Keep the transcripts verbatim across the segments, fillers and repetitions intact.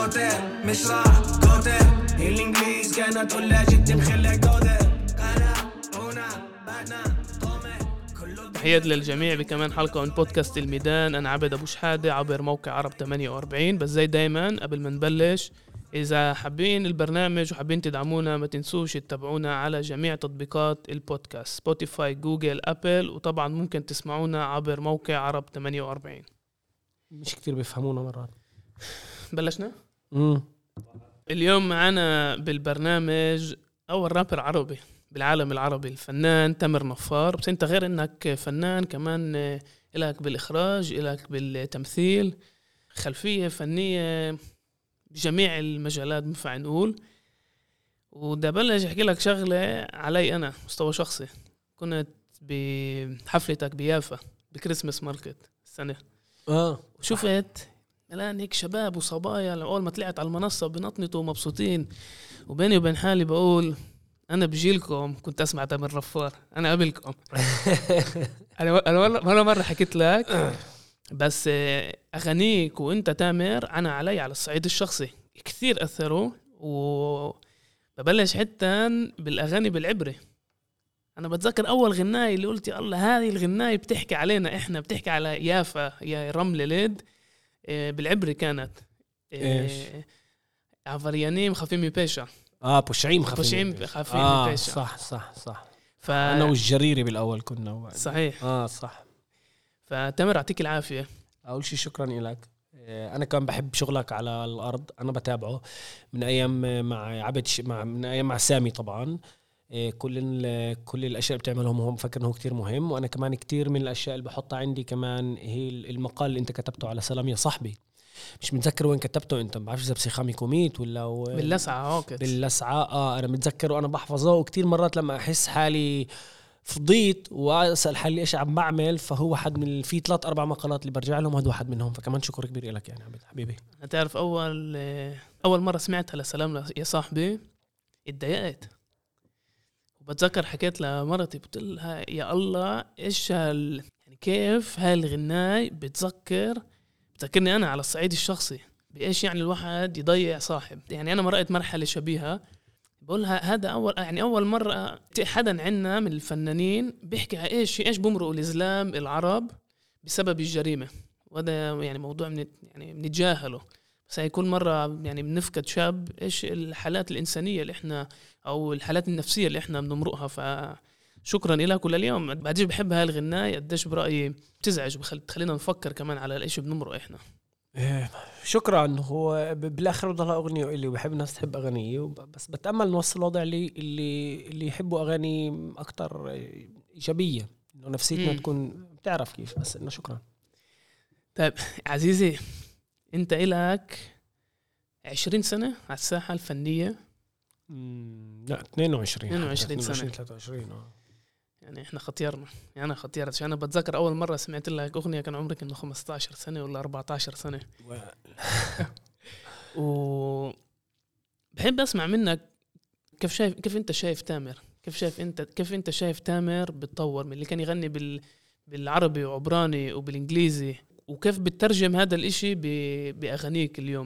جوتر مش راح جوتر الانجليز كانت ولا جد بخلك جوتر انا هنا بعدنا تحيات للجميع بكمان حلقة من بودكاست الميدان. أنا عبد أبو شحادة عبر موقع عرب ثمانية وأربعين. بس زي دايما قبل ما نبلش، إذا حابين البرنامج وحابين تدعمونا ما تنسوش تتابعونا على جميع تطبيقات البودكاست، سبوتيفاي، جوجل، أبل، وطبعا ممكن تسمعونا عبر موقع عرب ثمانية وأربعين. مش كتير بيفهمونا مرات. بلشنا؟ مم. اليوم معنا بالبرنامج أول رابر عربي بالعالم العربي، الفنان تامر نفار. بس انت غير انك فنان كمان إلك بالإخراج، إلك بالتمثيل، خلفية فنية بجميع المجالات بنفع نقول. وده بلش احكي لك شغلة علي أنا مستوى شخصي. كنت بحفلتك بيافا بكريسماس ماركت السنة اه وشفت الآن هيك شباب وصبايا أول ما طلعت على المنصة بنطنطوا ومبسوطين، وبيني وبين حالي بقول أنا بجيلكم كنت أسمع تامر نفار، أنا قبلكم. أنا أنا مرة مرة حكيت لك، بس أغانيك وأنت تامر أنا علي على الصعيد الشخصي كثير أثروا. وببلش حتى بالأغاني بالعبري. أنا بتذكر أول غناية اللي قلت يا الله هذه الغناية بتحكي علينا إحنا، بتحكي على يافا يا رمل ليد. بالعبري كانت إيش؟ عفريانيم خفيمي بيشا. اه بوشعيم خفيف بوشعيم خفيف آه بيشا. صح صح صح. ف... انا والجريري بالاول كنا صحيح. اه صح. فتامر يعطيك العافيه. اول شيء شكرا لك. انا كمان بحب شغلك على الارض، انا بتابعه من ايام مع عبد ش... مع من ايام مع سامي طبعا. كل ال... كل الاشياء اللي بتعملهم هم فكر انه كتير مهم. وانا كمان كتير من الاشياء اللي بحطها عندي كمان هي المقال اللي انت كتبته على سلام يا صاحبي. مش متذكر وين كتبته انت، ما بعرفش اذا بسيخامي كوميت ولا و... باللسعه هوكت باللسعه. اه انا متذكر وانا بحفظه. وكتير مرات لما احس حالي فضيت واسال حالي ايش عم بعمل، فهو واحد من في ثلاث اربع مقالات اللي برجع لهم، هذا واحد منهم. فكمان شكر كبير لك يعني عبد حبيبي. تعرف اول اول مره سمعتها لسلام يا صاحبي اتضايقت، وبتذكر حكيت لمرتي قلت لها يا الله ايش هال... يعني كيف هالغناي بتذكر بتذكرني أنا على الصعيد الشخصي بإيش يعني الواحد يضيع صاحب. يعني أنا مرقت مرحلة شبيهة بقولها هذا أول يعني أول مرة حدا عنا من الفنانين بيحكي على إيش إيش بمرقوا الإسلام العرب بسبب الجريمة. وهذا يعني موضوع من يعني بنتجاهله، بس هي كل مرة يعني بنفقد شاب إيش الحالات الإنسانية اللي إحنا أو الحالات النفسية اللي إحنا بنمرقها. فشكرا لك. كل اليوم بعدين بحب هالغناية قديش برأيي بتزعج وبتخلينا نفكر كمان على الإيش بنمرق إحنا. شكرا. هو بالاخر بضلها اغنيه اللي بحب الناس تحب اغانيه، بس بتامل نوصل الوضع اللي اللي اللي يحبوا اغاني اكتر ايجابيه، انه نفسيتنا تكون بتعرف كيف. بس انه شكرا. طيب عزيزي، انت إلك عشرين سنه على الساحه الفنيه. امم لا اثنين وعشرين اثنين وعشرين سنه ثلاثة وعشرين. اه يعني احنا خطيرنا. يعني انا خطيرت عشان انا بتذكر اول مره سمعت لك اغنيه كان عمرك انه خمسة عشر سنه ولا أربعة عشر سنه. و بحب اسمع منك كيف شايف كيف انت شايف تامر، كيف شايف انت كيف انت شايف تامر بتطور من اللي كان يغني بال بالعربي وعبراني وبالانجليزي، وكيف بتترجم هذا الاشي ب... باغانيك اليوم.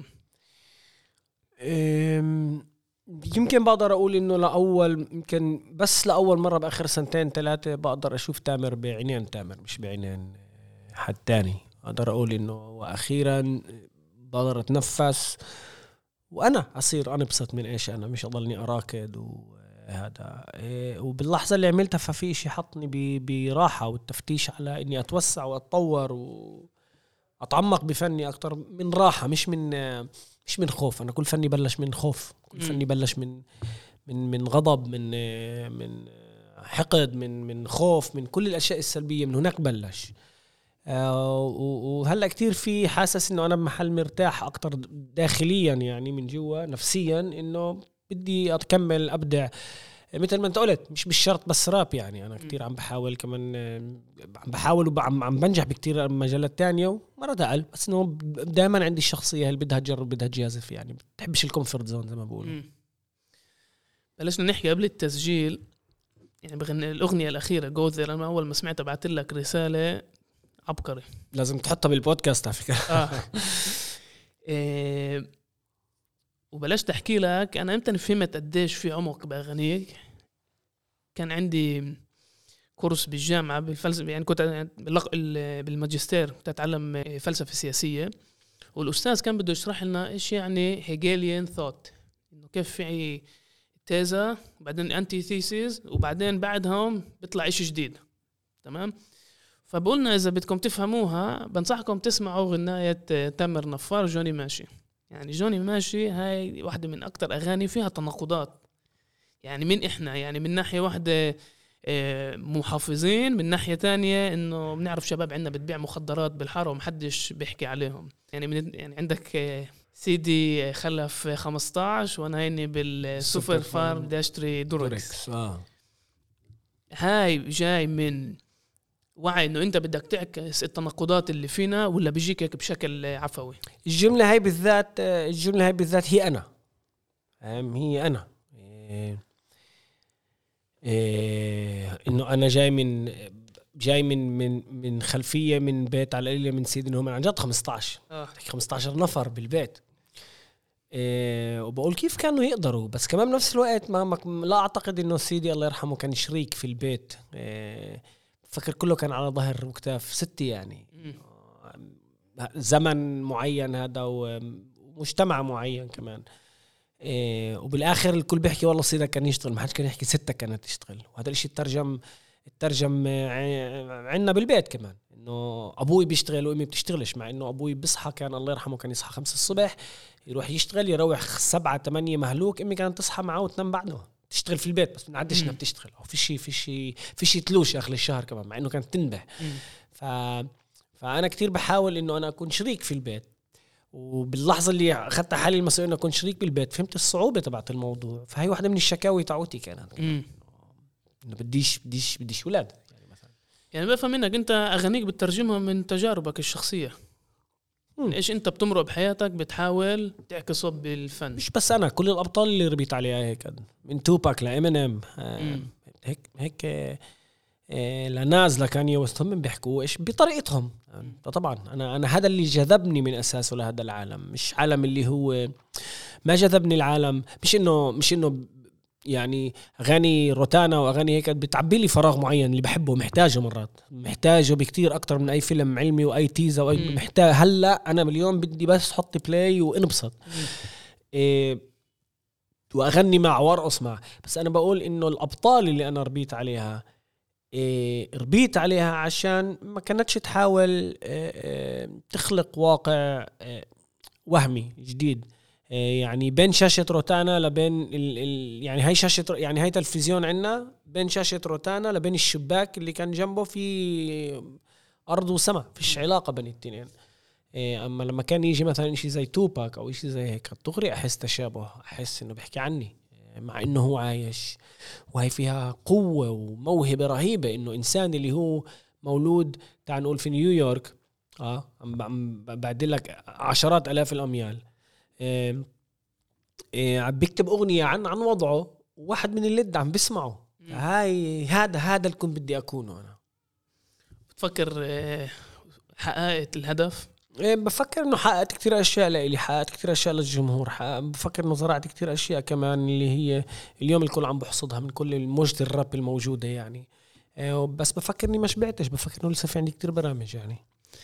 أم... يمكن بقدر أقول إنه لأول يمكن بس لأول مرة بآخر سنتين ثلاثة بقدر أشوف تامر بعينين تامر مش بعينين حد تاني. أقدر أقول إنه وأخيرا بقدر أتنفس وأنا أصير أنبسط من إيش أنا، مش أضلني أراكد وهذا. وباللحظة اللي عملتها ففي شيء حطني براحة والتفتيش على إني أتوسع وأتطور وأتعمق بفني أكتر من راحة، مش من مش من خوف. أنا كل فني بلش من خوف، كل فني بلش من من من غضب، من من حقد، من من خوف، من كل الأشياء السلبية. من هناك بلش. آه وهلأ كتير في حاسس إنه أنا بمحل مرتاح أكتر داخليا، يعني من جوا نفسيا، إنه بدي أكمل أبدع مثل ما أنت قلت. مش بالشرط بس راب، يعني أنا كتير عم بحاول كمان، عم بحاول وعم عم بنجح بكتير مجالات تانية ومرة أقل. بس إنه دائما عندي الشخصية اللي بدها تجرب بدها تجازف، يعني بتحبش الكومفورت زون زي ما بقولوا. بلشنا نحكي قبل التسجيل يعني بغني الأغنية الأخيرة جوذر. أنا أول ما سمعتها بعت لك رسالة عبقري، لازم تحطها بالبودكاست على فكرة. آه. إيه وبلشت احكي لك انا امتى فهمت قديش في عمق باغانيك. كان عندي كورس بالجامعه بالفلسفه، يعني كنت بالماجستير كنت اتعلم فلسفه سياسيه، والاستاذ كان بده يشرح لنا ايش يعني هيجيليان ثوت، انه كيف في تيزا بعدين انتي ثيسيس وبعدين بعدهم بيطلع إشي جديد. تمام. فبقولنا اذا بدكم تفهموها بنصحكم تسمعوا غنايه تامر نفار جوني ماشي. يعني جوني ماشي هاي واحدة من أكتر أغاني فيها تناقضات، يعني من إحنا يعني من ناحية واحدة محافظين، من ناحية تانية إنه بنعرف شباب عندنا بتبيع مخدرات بالحارة ومحدش بيحكي عليهم. يعني من يعني عندك سيدي خلف خمستاشر وأنا هيني بالسوبر فارم بدي أشتري دوركس. آه. هاي جاي من وعي إنه أنت بدك تعكس التناقضات اللي فينا ولا بيجيك هيك بشكل عفوي؟ الجملة هاي بالذات الجملة هاي بالذات هي أنا هي أنا إيه إيه إنه أنا جاي من جاي من من من خلفية من بيت على القليلة من سيدي إنه هم عن جد خمستاشر آه. خمستاشر نفر بالبيت. إيه وبقول كيف كانوا يقدروا، بس كمان بنفس الوقت ما لا أعتقد إنه سيدي الله يرحمه كان شريك في البيت. إيه فكر كله كان على ظهر وكتاف ستي، يعني زمن معين هذا ومجتمع معين كمان. إيه وبالآخر الكل بيحكي والله سيدك كان يشتغل، ما حدش كان يحكي ستك كانت تشتغل. وهذا الاشي الترجم الترجم عنا بالبيت كمان، انه ابوي بيشتغل وامي بتشتغلش، مع انه ابوي بيصحى كان الله يرحمه كان يصحى خمسة الصبح يروح يشتغل يروح سبعة تمانية مهلوك، امي كانت تصحى معه وتنام بعده تشتغل في البيت، بس بنعدش انها بتشتغل او في شيء في شيء في شيء تلوش اخر الشهر كمان، مع انه كانت تنبه. ف فانا كتير بحاول انه انا اكون شريك في البيت، وباللحظه اللي اخذت حالي المسؤوليه انه اكون شريك بالبيت فهمت الصعوبه تبعت الموضوع. فهي واحده من الشكاوي تاعوتي كانت انه بديش بديش بديش اولاد يعني مثلا. يعني بفهم منك انت اغانيك بتترجمها من تجاربك الشخصيه، مم. ايش انت بتمرق بحياتك بتحاول تعكسه بالفن. مش بس انا، كل الابطال اللي ربيت عليها هيك من توباك لامينيم آه هيك هيك آه لناز لكاني وستهم بيحكوا ايش بطريقتهم. طبعا انا انا هذا اللي جذبني من اساسه لهذا العالم، مش عالم اللي هو ما جذبني العالم، مش انه مش انه يعني اغاني روتانا واغاني هيك بتعبي لي فراغ معين اللي بحبه محتاجه، مرات محتاجه بكتير اكتر من اي فيلم علمي واي تيزا واي محتاج. هلا انا باليوم بدي بس احط بلاي وانبسط إيه واغني مع وارقص مع. بس انا بقول انه الابطال اللي انا ربيت عليها إيه ربيت عليها عشان ما كانتش تحاول إيه إيه تخلق واقع إيه وهمي جديد. يعني بين شاشة روتانا لبين ال ال يعني هاي شاشة يعني هاي تلفزيون عنا، بين شاشة روتانا لبين الشباك اللي كان جنبه في أرض وسماء، فيش علاقة بين التنين. أما لما كان يجي مثلا إشي زي توباك أو إشي زي هيك تغري أحس تشابه، أحس إنه بيحكي عني مع إنه هو عايش، وهي فيها قوة وموهبة رهيبة. إنه إنسان اللي هو مولود تعال نقول في نيويورك آه بعدلك عشرات آلاف الأميال إيه إيه عم بيكتب أغنية عن عن وضعه، وواحد من اللي عم بسمعه. هاي هذا هذا اللي كنت بدي أكونه أنا. بتفكر إيه حققت الهدف؟ إيه بفكر إنه حققت كتير أشياء لإلي، حققت كتير أشياء للجمهور، بفكر إنه زرعت كتير أشياء كمان اللي هي اليوم الكل عم بحصدها من كل موجة الراب الموجودة يعني. إيه بس بفكر إني ما شبعتش، بفكر إنه لسه في عندي كتير برامج يعني.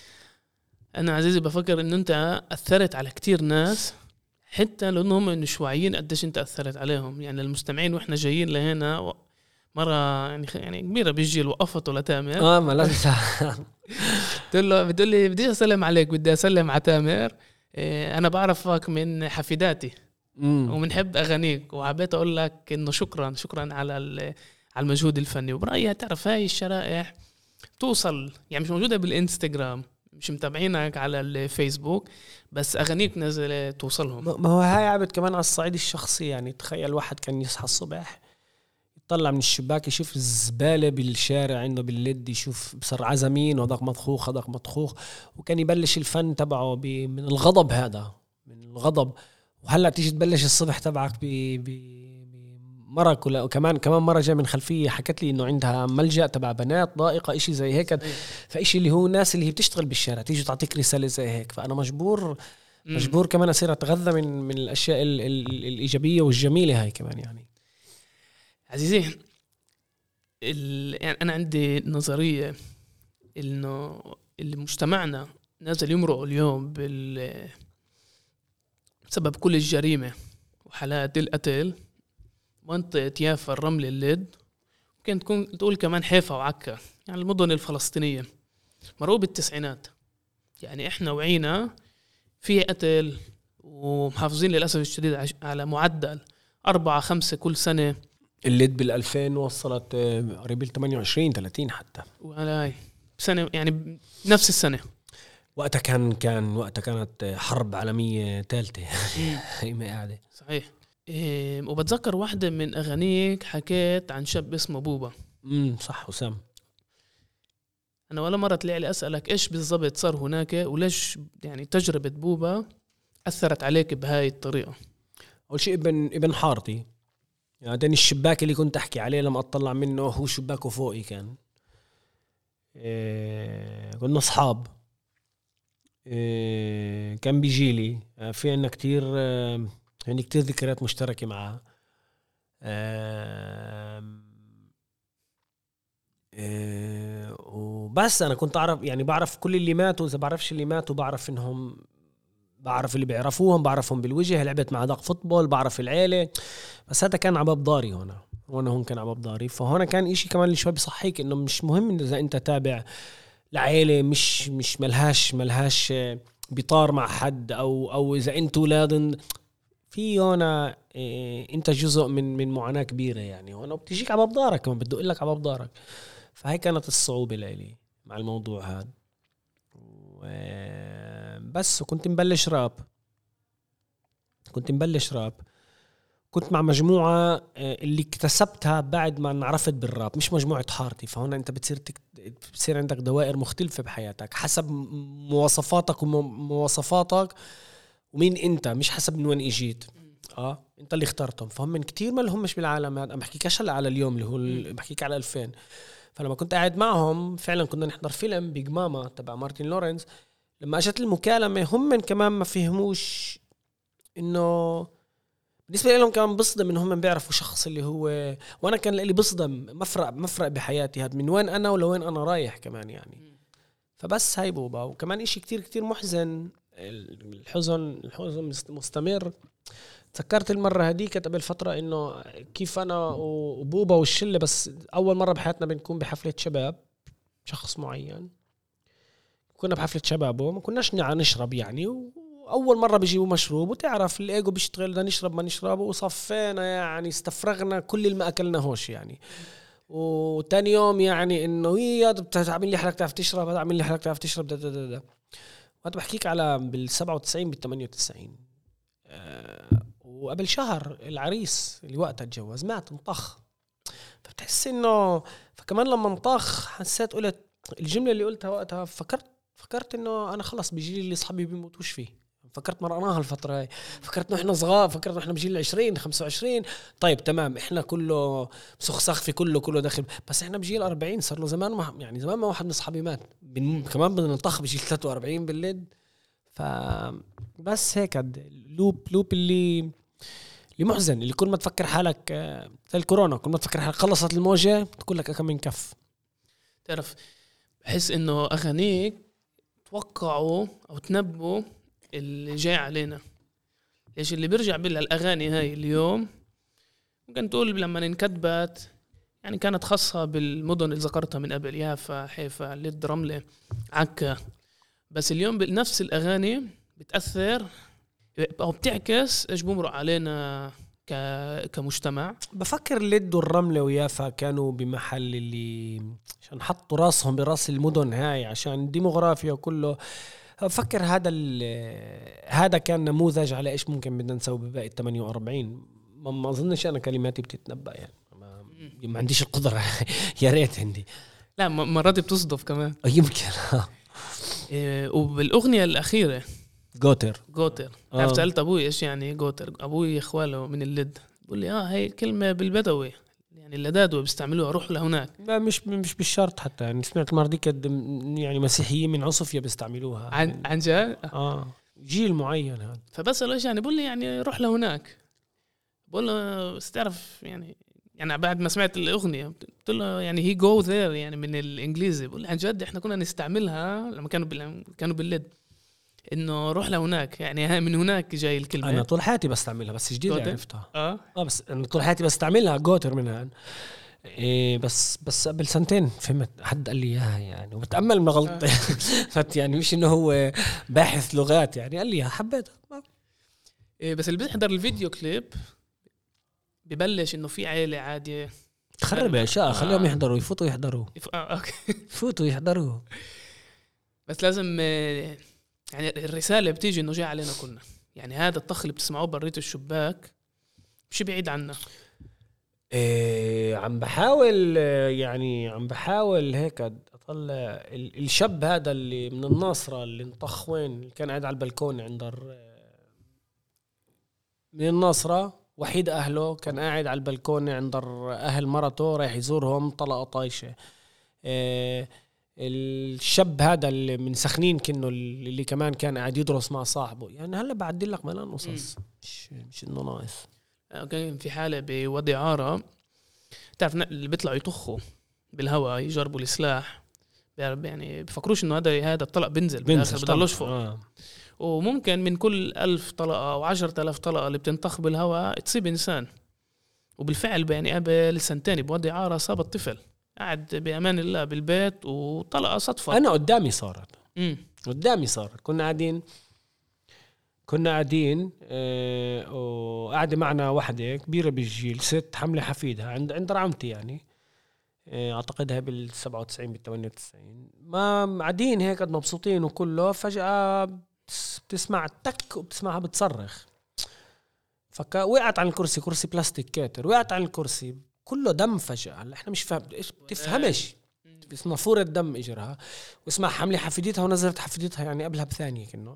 أنا عزيزي بفكر إنه أنت أثرت على كتير ناس حتى لأنهم مش واعيين قديش أنت أثرت عليهم. يعني المستمعين وإحنا جايين لهنا مرة يعني يعني كبيرة بيجي الوقفت ولا تامر آه ما لازم تقول له بتقول لي بدي أسلم عليك، بدي أسلم على تامر إيه أنا بعرفك من حفيداتي ومنحب أغانيك، وعبيت أقول لك إنه شكرا شكرا على على المجهود الفني. وبرأيي تعرف هاي الشرائح توصل يعني مش موجودة بالإنستغرام، مش متابعينك على الفيسبوك، بس أغانيك نزل توصلهم. ما هو هاي عبد كمان على الصعيد الشخصي. يعني تخيل واحد كان يصحى الصبح يطلع من الشباك يشوف الزبالة بالشارع عنده بالليد، يشوف بصر عزمين وهذاك مطخوخ هذاك مطخوخ، وكان يبلش الفن تبعه من الغضب، هذا من الغضب. وهلأ تيجي تبلش الصبح تبعك بمرة كلها. وكمان كمان مرة جاء من خلفية حكت لي إنه عندها ملجأ تبع بنات ضائقة إشي زي هيك. فإشي اللي هو الناس اللي هي بتشتغل بالشارع تيجي تعطيك رسالة زي هيك. فأنا مجبور مجبور كمان أصير أتغذى من من الأشياء ال ال الإيجابية والجميلة هاي كمان يعني. عزيزي يعني أنا عندي نظرية إنه اللي مجتمعنا نازل يمرق اليوم بال بسبب كل الجريمة وحالات القتل منطقة يافا الرمل اللد ممكن تكون تقول كمان حيفا وعكا يعني المدن الفلسطينية مرقوا بالتسعينات. يعني إحنا وعينا في قتل ومحافظين للأسف الشديد على معدل أربعة خمسة كل سنة. اللد بالألفين وصلت قريب ثمانية وعشرين ثلاثين حتى وعلى سنة يعني نفس السنة. وقتها كان كان وقتها كانت حرب عالمية ثالثة هي ما قاعدة صحيح. إيه وبتذكر واحدة من أغانيك حكيت عن شاب اسمه بوبا. امم صح وسام. أنا ولا مرة طلع لي أسألك إيش بالضبط صار هناك وليش يعني تجربة بوبا أثرت عليك بهاي الطريقة. أول شيء ابن ابن حارتي يعني ده الشباك اللي كنت أحكي عليه لما أطلع منه هو شباكه فوقي كان. إيه كنا أصحاب. إيه كان بيجيلي في عنا كتير يعني كتير ذكريات مشتركة معه. إيه وبس أنا كنت أعرف يعني بعرف كل اللي ماتوا. إذا بعرفش اللي ماتوا بعرف إنهم بعرف اللي بيعرفوهم بعرفهم بالوجه. لعبت مع داق فوتبول بعرف العيلة. بس هذا كان عباب داري هنا وانا هون كان عباب داري. فهنا كان إشي كمان اللي شوي بيصحيك إنه مش مهم إنه إذا أنت تابع لعيلة مش مش ملهاش ملهاش بيطار مع حد أو أو إذا أنت ولاد في هنا إيه أنت جزء من من معاناة كبيرة يعني. هنا بتجيك عباب دارك كمان بدو لك عباب دارك. فهي كانت الصعوبة لي مع الموضوع هذا. بس وكنت مبلش راب كنت مبلش راب كنت مع مجموعة اللي اكتسبتها بعد ما عرفت بالراب مش مجموعة حارتي. فهنا انت بتصير تك... بتصير عندك دوائر مختلفة بحياتك حسب مواصفاتك ومواصفاتك ومين انت مش حسب من وين اجيت. اه انت اللي اخترتهم. فهم من كتير ما لهم مش بالعالم هذا. بحكيكش هلا على اليوم اللي هو بحكيك على ألفين. فلما كنت قاعد معهم فعلا كنا نحضر فيلم بيج ماما تبع مارتن لورنس. لما اجت المكالمة هم من كمان ما فهموش انه بالنسبة لهم كمان بصدم انهم بيعرفوا شخص اللي هو وانا كان لي بصدم مفرق مفرق بحياتي هاد من وين انا ولوين انا رايح كمان يعني. فبس هاي بوبا. وكمان اشي كتير كتير محزن الحزن الحزن مستمر. تذكرت المرة هديك قبل فترة انه كيف انا وبوبا والشلة بس اول مرة بحياتنا بنكون بحفلة شباب شخص معين. كنا بحفلة شباب وما كناش نشرب يعني. وأول مرة بيجيبوا مشروب وتعرف الإيجو بيشتغل ده نشرب ما نشرب وصفينا يعني استفرغنا كل اللي ما أكلنا هوش يعني. وتاني يوم يعني إنه هي بتعمل لي حالك تعرف تشرب هذا عمل لي حالك تعرف تشرب ده ده ده ده. وهذا بحكيك على بالسبعة وتسعين بالثمانية وتسعين. أه وقبل شهر العريس اللي وقتها اتجوز مات انطخ. فبتحس إنه فكمان لما انطخ حسيت قلت الجملة اللي قلتها وقتها فكرت فكرت انه انا خلص بيجي لي اللي اصحابي بيموتوش فيه. فكرت مرقناها الفتره هاي. فكرت انه احنا صغار فكرت انه احنا بيجي لي عشرين خمسة وعشرين طيب تمام احنا كله مسخسخ في كله كله داخل. بس احنا بيجي لي أربعين صار له زمان ما يعني زمان ما واحد من اصحابي مات كمان بدنا نطخ بيجي ثلاثة وأربعين بالليل. ف بس هيك لوب لوب اللي اللي محزن اللي كل ما تفكر حالك زي الكورونا كل ما تفكر حالك خلصت الموجه تقول لك كم من كف. تعرف بحس انه اغانيك توقعوا او تنبؤوا اللي جاي علينا. ليش اللي بيرجع بالاغاني هاي اليوم ممكن تقول لما انكتبت يعني كانت خاصة بالمدن اللي ذكرتها من قبل يافا حيفا لد رملة عكا. بس اليوم بنفس الاغاني بتأثر او بتعكس ايش بمرق علينا كمجتمع. بفكر لد والرملة ويافا كانوا بمحل اللي عشان حطوا راسهم براس المدن هاي عشان ديموغرافيا وكله. بفكر هذا هذا كان نموذج على ايش ممكن بدنا نسوي بباقي ثمانية وأربعين. ما اظنش انا كلماتي بتتنبأ يعني ما, ما عنديش القدرة يا ريت عندي. لا مرات بتصدف كمان يمكن. إيه وبالاغنية الاخيرة جوتر جوتر عرفت سألت أبوي إيش يعني جوتر. أبوي إخواله من اللد بقول لي آه هاي كلمة بالبدوي يعني اللدادو بيستعملوها روح لهناك. لا مش مش بالشرط حتى يعني سمعت مرة دي كد يعني مسيحيين من عصفية بيستعملوها عن عن جد آه جيل معين هذا. فبسأله ايش يعني، بقول لي يعني روح لهناك. بقول له بس تعرف يعني يعني بعد ما سمعت الأغنية قلت له يعني هي جو ذير يعني من الإنجليزي. بقول لي عن جد إحنا كنا نستعملها لما كانوا بال... كانوا بالليد إنه روح لهناك، يعني من هناك جاي الكلمة. أنا طول حياتي بستعملها بس جديد عرفتها. آه آه بس أنا طول حياتي بستعملها جوتر منها. إيه بس بس قبل سنتين فهمت حد قال لي إياها يعني وبتأمل من غلطة. فت يعني مش إنه هو باحث لغات يعني قال لي إياها حبيتها. إيه بس اللي بيحضر الفيديو كليب ببلش إنه في عائلة عادية تخرب يا شاء خليهم يحضروا يفوتوا يحضروا آه أوكي يفوتوا يحضروا. بس لازم يعني الرسالة بتيجي إنه جاي علينا كلنا. يعني هذا الطخ اللي بتسمعوه بريت الشباك مش بعيد عنا. إيه عم بحاول يعني عم بحاول هيك اطلع الشاب هذا اللي من الناصرة اللي انطخ وين اللي كان قاعد على البلكون عند من الناصرة وحيد أهله كان قاعد على البلكون عند أهل مرته رايح يزورهم طلقة طايشة. إيه الشاب هذا اللي من سخنين كأنه اللي كمان كان قاعد يدرس مع صاحبه. يعني هلا بعدي لك ملان قصص مش مش إنه ناقص. كان في حالة بوادي عارة تعرف اللي بيطلعوا يطخوا بالهواء يجربوا السلاح يعني بفكروش إنه هذا هذا الطلق بنزل بالآخر بضلوش فوق. آه. وممكن من كل ألف طلقة أو عشرة آلاف طلقة اللي بتنطخ بالهواء تصيب إنسان. وبالفعل يعني قبل سنتين بوادي عارة صاب الطفل قاعد بأمان الله بالبيت وطلقة صدفة. أنا قدامي صارت مم. قدامي صارت كنا قاعدين كنا قاعدين اه وقاعدة معنا واحدة كبيرة بالجيل ست حملة حفيدها عند عند رعمتي يعني اه أعتقدها بالسبعة وتسعين بالثمانية وتسعين ما قاعدين هيك مبسوطين وكله فجأة بتسمع تك وبتسمعها بتصرخ فكا وقعت عن الكرسي كرسي بلاستيك كاتر وقعت عن الكرسي كله دم فجأة. هلا احنا مش فاهم ايش بتفهمش بس نافورة دم اجرها واسمع حملة حفيدتها ونزلت حفيدتها يعني قبلها بثانية كأنه.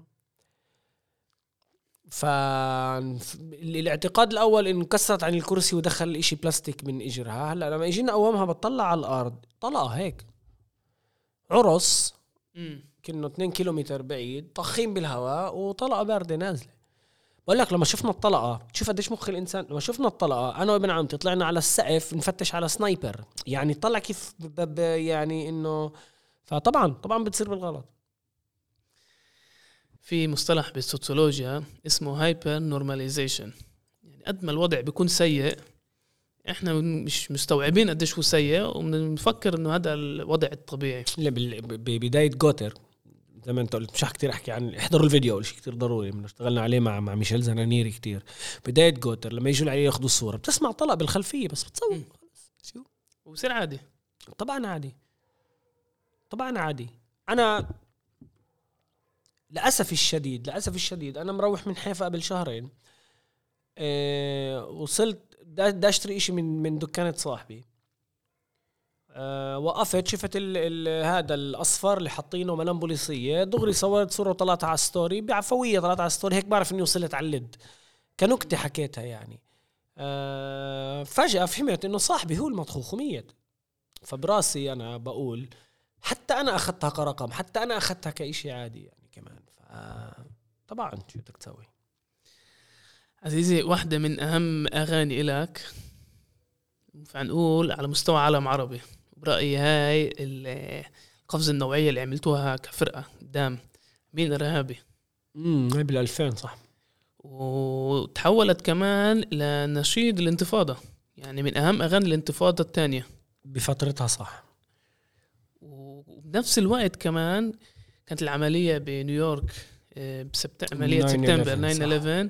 فالاعتقاد الأول إنه كسرت عن الكرسي ودخل إشي بلاستيك من إجرها. هلا لما إجينا قوامها بتطلع على الأرض طلقة هيك عرس كأنه اثنين كيلومتر بعيد طخين بالهواء وطلقة باردة نازلة. بقول لك لما شفنا الطلقة شوف قديش مخ الإنسان. لما شفنا الطلقة أنا وابن عمتي طلعنا على السقف نفتش على سنايبر يعني طلع كيف يعني إنه فطبعا طبعا بتصير بالغلط. في مصطلح بالسوسيولوجيا اسمه هايبر نورماليزيشن. يعني قد ما الوضع بيكون سيء احنا مش مستوعبين قديش هو سيء وبنفكر انه هذا الوضع الطبيعي. ببداية جوتر زي ما انت قلت مش كتير احكي عن احضروا الفيديو شيء كتير ضروري من اشتغلنا عليه مع مع ميشيل زنانيري كتير. بداية جوتر لما يجوا عليه ياخذوا الصورة بتسمع طلق بالخلفية بس بتصور شو وبصير عادي. طبعا عادي طبعا عادي. انا للأسف الشديد للأسف الشديد أنا مروح من حيفا قبل شهرين أه وصلت دا اشتري إشي من من دكانة صاحبي أه وقفت شفت ال ال هذا الأصفر اللي حاطينه ملام بوليسية دغري صورت صورة وطلعتها على ستوري بعفوية طلعتها على ستوري هيك بعرف إني وصلت على اللد كنكتة حكيتها يعني. أه فجأة فهمت إنه صاحبي هو المطخوخ وميت. فبراسي أنا بقول حتى أنا أخذتها كرقم حتى أنا أخذتها كإشي عادي يعني كمان. طبعا شو بدك تسوي عزيزي. واحدة من أهم أغاني إلك فنقول على مستوى عالم عربي برأيي هاي القفزة النوعية اللي عملتوها كفرقة قدام مين إرهابي. امم هاي بالألفين صح. وتحولت كمان لنشيد الانتفاضة يعني من أهم أغاني الانتفاضة الثانية بفترتها صح. وبنفس الوقت كمان كانت العملية بنيويورك بسبتمبر عملية سبتمبر تسعة إحداشر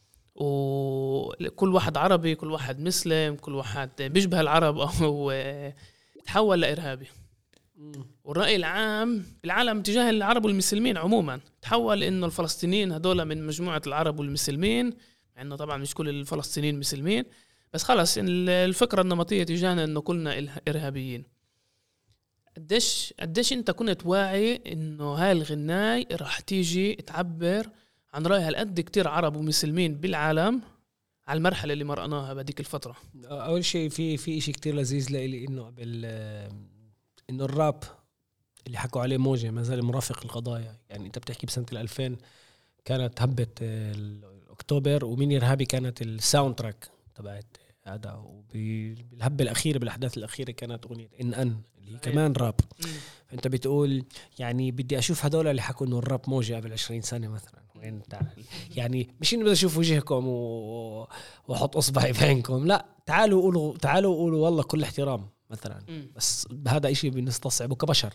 وكل واحد عربي كل واحد مسلم كل واحد بيشبه العرب أو تحول لإرهابي. والرأي العام بالعالم تجاه العرب والمسلمين عموما تحول إنه الفلسطينيين هدول من مجموعة العرب والمسلمين مع إنه طبعا مش كل الفلسطينيين مسلمين بس خلاص الفكرة النمطية تجاهنا إنه كلنا إرهابيين. قديش قديش انت كنت واعي انه هاي الغناي راح تيجي تعبر عن رأي هالقد كتير عرب ومسلمين بالعالم على المرحلة اللي مرقناها بهذيك الفترة؟ اول شيء في في شيء كتير لذيذ لإلي انه قبل انه الراب اللي حكوا عليه موجة ما زال مرافق القضايا. يعني انت بتحكي بسنة الألفين كانت هبة الأكتوبر، ومين إرهابي كانت الساوند تراك تبعت هذا. وبالهبة الأخيرة بالأحداث الأخيرة كانت أغنية إن أن اللي هي كمان راب. فأنت بتقول يعني بدي أشوف هدول اللي حكوا إنه الراب موجة قبل عشرين سنة مثلا، وين يعني مش إني بدي أشوف وجهكم و... وأحط أصبعي بينكم، لا تعالوا قولوا تعالوا قولوا والله كل احترام مثلا، بس بهذا إشي بنستصعبه كبشر.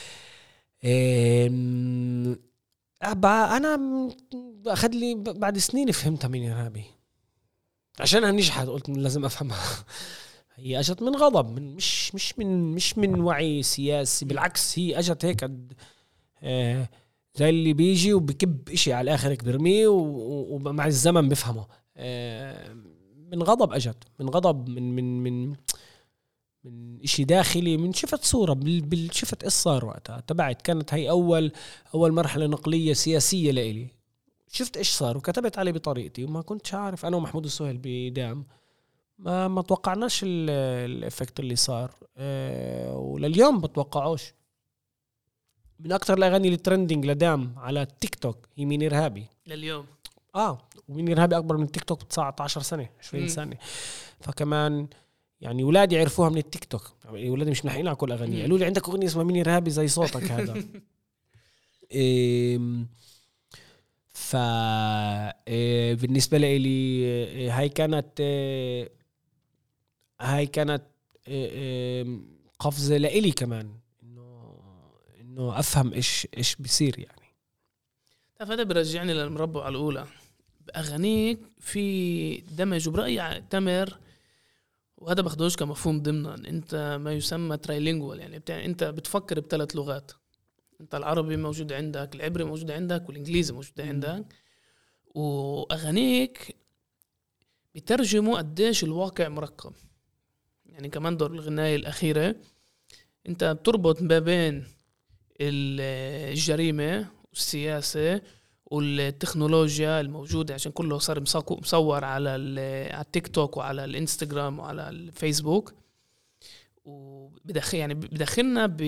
أنا أخذ لي بعد سنين فهمتها مين إرهابي، عشانها نجحت قلت لازم أفهمها. هي أجت من غضب، من مش مش من مش من وعي سياسي، بالعكس هي أجت هيك آه زي اللي بيجي وبكب إشي على الآخر برميه ومع الزمن بفهمه. آه من غضب أجت، من غضب من من من من إشي داخلي، من شفت صورة بال شفت إيش صار وقتها تبعت. كانت هي أول أول مرحلة نقلية سياسية لإلي، شفت إيش صار وكتبت عليه بطريقتي، وما كنتش عارف أنا ومحمود السهيل بدام ما ما توقعناش الإفكت اللي صار. أه ولليوم بتوقعوش. من أكتر الأغاني اللي ترندينج لدام على التيك توك هي مين إرهابي لليوم. آه ومين إرهابي أكبر من التيك توك بتسعة عشر سنة عشرين سنة. فكمان يعني ولادي عرفوها من التيك توك، يعني ولادي مش ملحقين على كل أغاني، قالوا لي عندك أغنية اسمها مين إرهابي زي صوتك هذا. إيه ف إيه بالنسبة لي إيه هاي كانت إيه هاي كانت إيه قفزة لإلي كمان إنه إنه أفهم إيش إيش بيصير. يعني هذا برجعني للمربع الأولى بأغانيك في دمج برأي تامر، وهذا بخدوش كمفهوم ضمنا. انت ما يسمى ترايلينجوال، يعني بتاع انت بتفكر بثلاث لغات، انت العربي موجود عندك، العبري موجود عندك، والانجليزي موجود عندك. واغانيك بترجموا قديش الواقع مركب. يعني كمان دور الغناية الأخيرة انت بتربط ما بين الجريمة والسياسة والتكنولوجيا الموجودة، عشان كله صار مصور على على التيك توك وعلى الانستغرام وعلى الفيسبوك، وبدخل يعني بدخلنا ب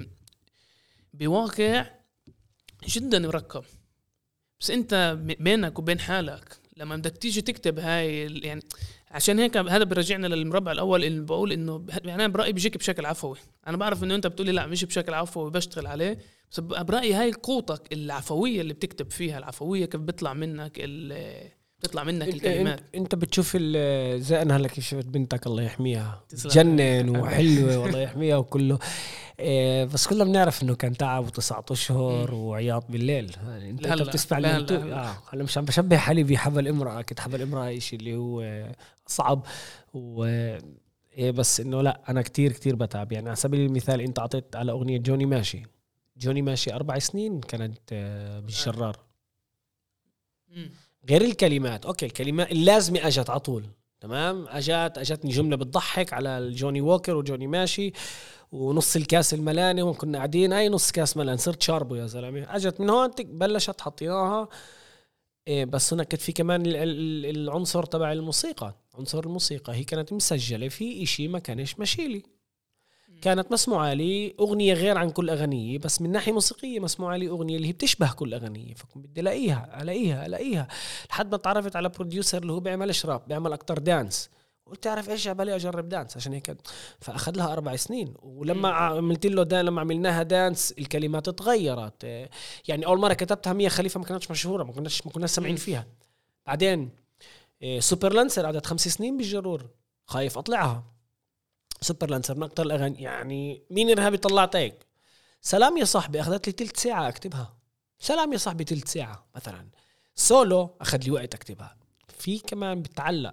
بواقع جدا مركب. بس انت بينك وبين حالك لما بدك تيجي تكتب هاي، يعني عشان هيك هذا بيرجعنا للمربع الاول اللي بقول انه يعني انا برايي بيجيك بشكل عفوي. انا بعرف انه انت بتقولي لا مش بشكل عفوي بشتغل عليه، بس برايي هاي قوتك العفويه اللي بتكتب فيها، العفويه كيف بيطلع منك ال بتطلع منك الكلمات. انت بتشوف زي انا هلا كيف شفت بنتك الله يحميها جنن وحلوه والله يحميها وكله، إيه بس كلنا بنعرف انه كان تعب وتسعة اشهر وعياط بالليل. يعني انت, انت بتسمع لي اه هلا مش عم بشبه حالي بحبل امراه، كنت حبل امراه شيء اللي هو صعب و إيه بس انه لا انا كتير كتير بتعب. يعني على سبيل المثال انت عطيت على اغنيه جوني ماشي، جوني ماشي اربع سنين كانت بالشرار. غير الكلمات، اوكي الكلمات اللازمه اجت على طول تمام، اجت اجتني جمله بتضحك على الجوني ووكر وجوني ماشي ونص الكاس الملاني وكنا قاعدين اي نص كاس ملان صرت شاربه يا زلمه، اجت من هون بلشت حطيناها. إيه بس هنا كانت في كمان العنصر تبع الموسيقى، عنصر الموسيقى هي كانت مسجله في إشي ما كانش ماشيلي، كانت مسموعة لي أغنية غير عن كل أغنية، بس من ناحية موسيقية مسموعة لي أغنية اللي هي بتشبه كل أغنية، فكنت بدي ألاقيها ألاقيها ألاقيها لحد ما تعرفت على بروديوسر اللي هو بيعمل شراب بيعمل أكتر دانس، قلت تعرف إيش عبالي أجرب دانس عشان هيك، فأخذ لها أربع سنين. ولما عملت له دان لما عملناها دانس الكلمات اتغيرت. يعني أول مرة كتبتها مية خليفة ما كانتش مشهورة، ما كناش ما كناش سامعين فيها. بعدين سوبر لانسر قعدت خمس سنين بالجرور خايف أطلعها. سوبر لانسر من أكتر الأغاني، يعني مين إرهابي طلعت هيك. سلام يا صاحبي أخذت لي تلت ساعة أكتبها، سلام يا صاحبي تلت ساعة مثلا. سولو أخذ لي وقت أكتبها. في كمان بتعلق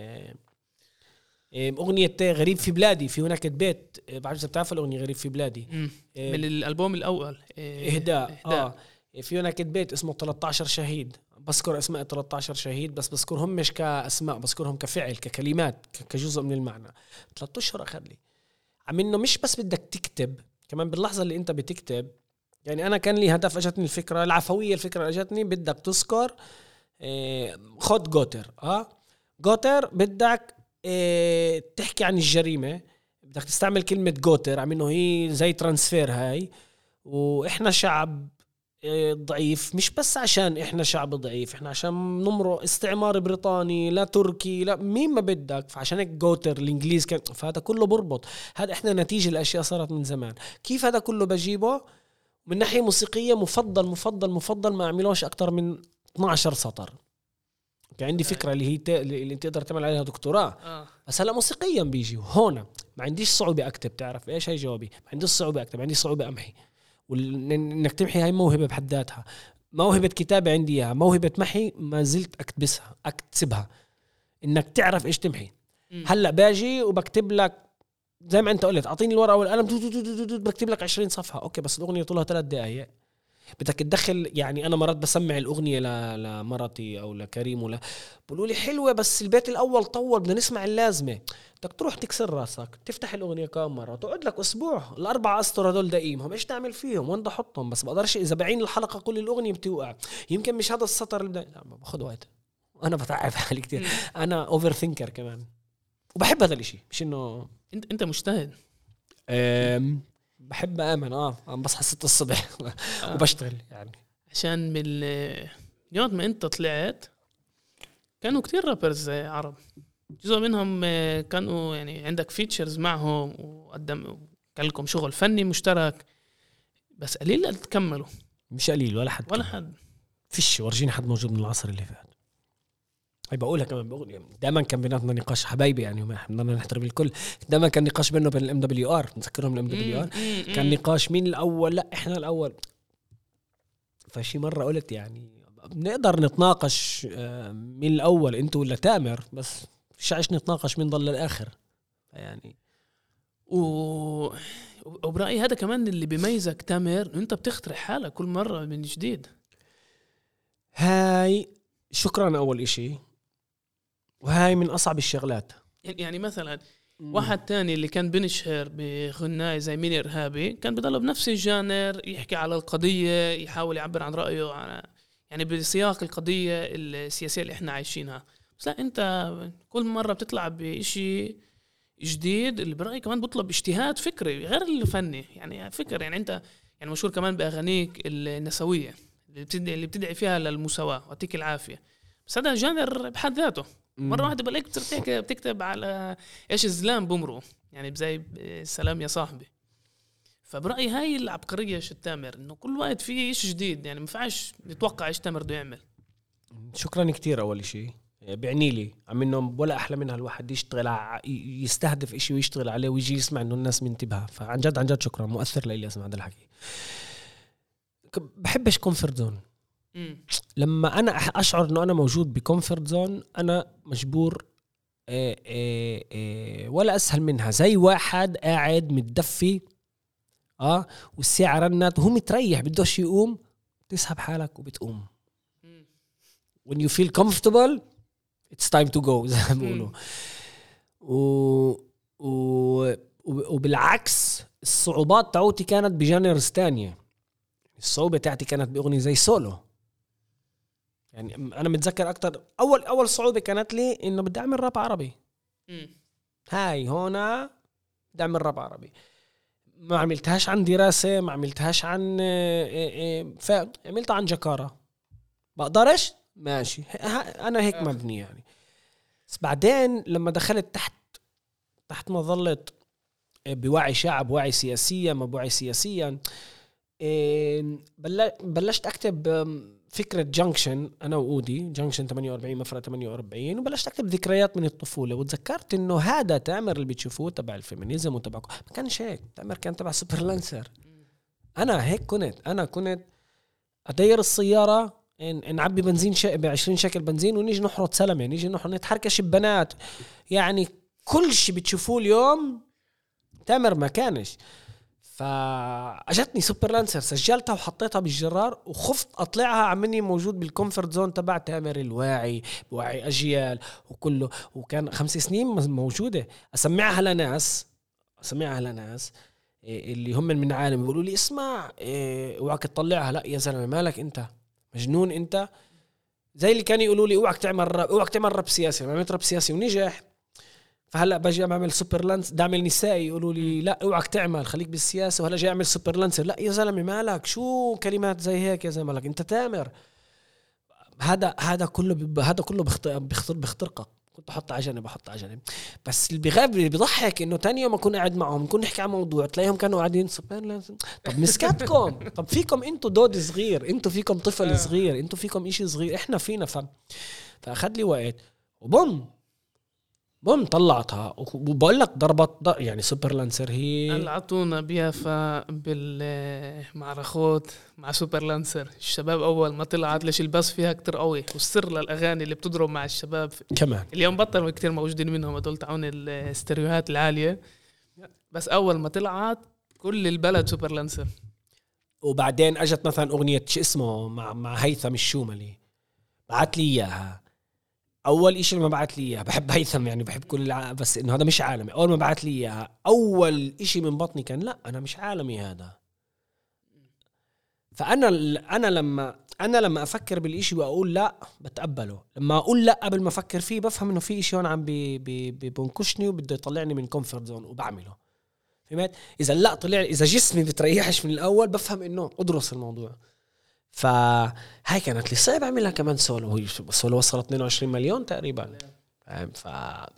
أغنية غريب في بلادي، في هناك بيت بعرف إذا بتعرف الأغنية غريب في بلادي من الألبوم الأول إهداء. آه في هناك بيت اسمه ثلاثة عشر شهيد، بذكر اسماء ثلاثة عشر شهيد بس بذكرهم مش كأسماء، بذكرهم كفعل ككلمات كجزء من المعنى. ثلاثة أشهر أخذ لي عم إنه مش بس بدك تكتب، كمان باللحظة اللي أنت بتكتب. يعني أنا كان لي هدف، أجتني الفكرة العفوية، الفكرة أجتني بدك تذكر إيه خد جوتر آه جوتر بدك إيه تحكي عن الجريمة، بدك تستعمل كلمة جوتر عم إنه هي زي ترانسفير هاي، وإحنا شعب ضعيف، مش بس عشان احنا شعب ضعيف، احنا عشان نمرق استعمار بريطاني لا تركي لا مين ما بدك، فعشان هيك جوتر الانجليز كان، فهذا كله بربط. هذا احنا نتيجة الاشياء صارت من زمان. كيف هذا كله بجيبه؟ من ناحية موسيقية مفضل مفضل مفضل ما اعملوش اكتر من اثنا عشر سطر. كان عندي فكرة اللي هي ت... اللي تقدر تعمل عليها دكتوراه آه. بس هلا موسيقيا بيجي هون ما عنديش صعوبة اكتب. تعرف ايش هي جوابي؟ ما عنديش صعوبة اكتب، عندي صعوبة امحي. وانك تمحي هاي موهبة بحد ذاتها. موهبة كتابة عندي اياها، موهبة محي ما زلت اكتبسها اكتسبها. انك تعرف ايش تمحي. م. هلا باجي وبكتب لك زي ما انت قلت، اعطيني الورقة والقلم بكتب لك عشرين صفحة. اوكي بس الاغنية طولها ثلاث دقائق، بدك تدخل. يعني انا مرات بسمع الاغنيه لمرتي او لكريم ولا بقولوا لي حلوه بس البيت الاول طول، بدنا نسمع اللازمه. بدك تروح تكسر راسك تفتح الاغنيه كم مره وتقعد لك اسبوع. الاربع اسطر هدول دقيمهم ايش تعمل فيهم وين بدي احطهم؟ بس بقدرش اذا بعين الحلقه كل الاغنيه بتوقع. يمكن مش هذا السطر اللي بدي باخذ وقت. انا بتعب حالي كتير. انا اوفر ثينكر كمان وبحب هذا الاشي. مش انه انت انت مجتهد. أم بحب آمن اه عم بصحى ستة الصبح آه. وبشتغل يعني. عشان من يوم ما انت طلعت كانوا كتير رابرز عرب، جزء منهم كانوا يعني عندك فيتشرز معهم وقدم كان لكم شغل فني مشترك، بس قليل تكملوا. مش قليل ولا حد ولا حد فيش. ورجيني حد موجود من العصر اللي فات. هاي بقولها كمان بقول دائما كان بيناتنا نقاش حبايبي يعني وما بدنا نحترم الكل. دائما كان نقاش بينه وبين الام دبليو ار. نذكرهم الام دبليو ار كان نقاش مين الاول. لا احنا الاول. فشي مره قلت يعني بنقدر نتناقش مين الاول انت ولا تامر، بس مش عايش نتناقش مين ضل الاخر يعني. و... وبرأيي هذا كمان اللي بيميزك تامر، انت بتخترع حالك كل مره من جديد. هاي شكرا اول اشي، وهاي من أصعب الشغلات. يعني مثلا مم. واحد تاني اللي كان بنشهر بغناي زي مين إرهابي كان بضله بنفس الجانر، يحكي على القضية، يحاول يعبر عن رأيه على يعني بسياق القضية السياسية اللي احنا عايشينها. بس لا، انت كل مرة بتطلع بإشي جديد اللي برأيي كمان بطلب اجتهاد فكري غير الفني. يعني فكر يعني انت يعني مشهور كمان بأغانيك النسوية اللي بتدعي, اللي بتدعي فيها للمساواة واتيك العافية، بس هذا جانر بحد ذاته. مرة واحدة بلاقيك بترتيك بتكتب على إيش الزلام بمرو يعني زي سلام يا صاحبي. فبرأيي هاي العبقرية إيش التامر، إنه كل وقت فيه إيش جديد، يعني ما فيش نتوقع إيش تامر بده يعمل. شكرا كتير. أول شيء بعني لي عم إنه ولا أحلى منها الواحد يشتغل يستهدف إشي ويشتغل عليه ويجي يسمع إنه الناس منتبهة. فعن جد عن جد شكرا، مؤثر لي أسمع هذا الحكي. بحبش كومفورت زون. لما أنا أشعر إنه أنا موجود بكومفورت زون أنا مجبور إيه إيه إيه ولا أسهل منها. زي واحد قاعد متدفي آه والساعة رنت وهو متريح بدوش يقوم، تسحب حالك وبتقوم. when you feel comfortable it's time to go زي ما بيقولوا. و... و... وبالعكس الصعوبات تعوتي كانت بجانرز تانية. الصعوبة تاعتي كانت بأغنية زي سولو. يعني أنا متذكر أكتر أول أول صعوبة كانت لي إنه بدي أعمل راب عربي. م. هاي هنا بدي أعمل راب عربي، ما عملتهاش عن دراسة، ما عملتهاش عن فعملتها عن جكارة. بقدرش ماشي أنا هيك مبني يعني. بس بعدين لما دخلت تحت تحت مظلة بوعي شعب، وعي سياسيا ما بوعي سياسيا، بلشت أكتب فكرة جانكشن أنا وأودي جانكشن ثمانية وأربعين مفرق ثمانية وأربعين، وبلشت أكتب ذكريات من الطفولة. وتذكرت إنه هذا تامر اللي بتشوفوه تبع الفيمينيزم وتبعكم ما كانش هيك. تامر كان تبع سوبرلانسر. أنا هيك كنت أنا كنت أدير السيارة نعبي بنزين ش... بعشرين شكل بنزين ونيجي نحرط سلمة، نيجي نحرط نتحركش ببنات. يعني كل شيء بتشوفوه اليوم تامر ما كانش. فاجتني سوبر لانسر، سجلتها وحطيتها بالجرار وخفت اطلعها. عمني موجود بالكومفورت زون تبع تامر الواعي بوعي اجيال وكله، وكان خمس سنين موجوده. اسمعها لناس اسمعها لناس اللي هم من عالم يقولوا لي اسمع اوعك تطلعها. لا يا زلمه مالك انت مجنون انت. زي اللي كانوا يقولوا لي اوعك تعمل راب اوعك تعمل راب سياسي. ما عملت راب سياسي ونجح. فهلا باجي اعمل سوبر لانس دعم نسائي يقولوا لي لا اوعك تعمل خليك بالسياسه، وهلا جاي اعمل سوبر لانسر. لا يا زلمه مالك، شو كلمات زي هيك يا زلمه، لك انت تامر. هذا هذا كله هذا كله بيخطر بيخطر بيخترقك. كنت احط على جنب احط على جنب. بس اللي بغاب اللي بيضحك انه تاني يوم اكون قاعد معهم نكون نحكي عن موضوع تلاقيهم كانوا قاعدين سوبر لانسر. طب مسكتكم طب فيكم انتوا دود صغير، انتوا فيكم طفل صغير، انتوا فيكم اشي صغير، احنا فينا. ف فاخذ لي وقت وبوم بوم طلعتها. وبقول لك ضربت يعني سوبر لانسر هي العطونا بيافا بالمعرخوت مع سوبر لانسر. الشباب اول ما طلعت ليش الباص فيها كتير قوي، والسر للاغاني اللي بتضرب مع الشباب كمان اليوم بطلوا كتير موجودين منهم هدول تعون الاستريوهات العاليه. بس اول ما طلعت كل البلد سوبر لانسر. وبعدين اجت مثلا اغنيه شو اسمه مع مع هيثم الشوملي، بعت لي اياها. اول إشي لما بعت لي اياها، بحب هيثم يعني بحب كل الع... بس انه هذا مش عالمي. اول ما بعت لي اياها اول إشي من بطني كان لا انا مش عالمي هذا. فانا انا لما انا لما افكر بالإشي واقول لا بتقبله، لما اقول لا قبل ما افكر فيه بفهم انه في إشي هون عم بي بي بينكشني وبده يطلعني من كومفورت زون وبعمله. فهمت؟ اذا لا طلع اذا جسمي بتريحش من الاول بفهم انه ادرس الموضوع. فهاي كانت لي صعب اعملها كمان سولو. هي سولو وصلت اثنين وعشرين مليون تقريبا. فاهم؟ ف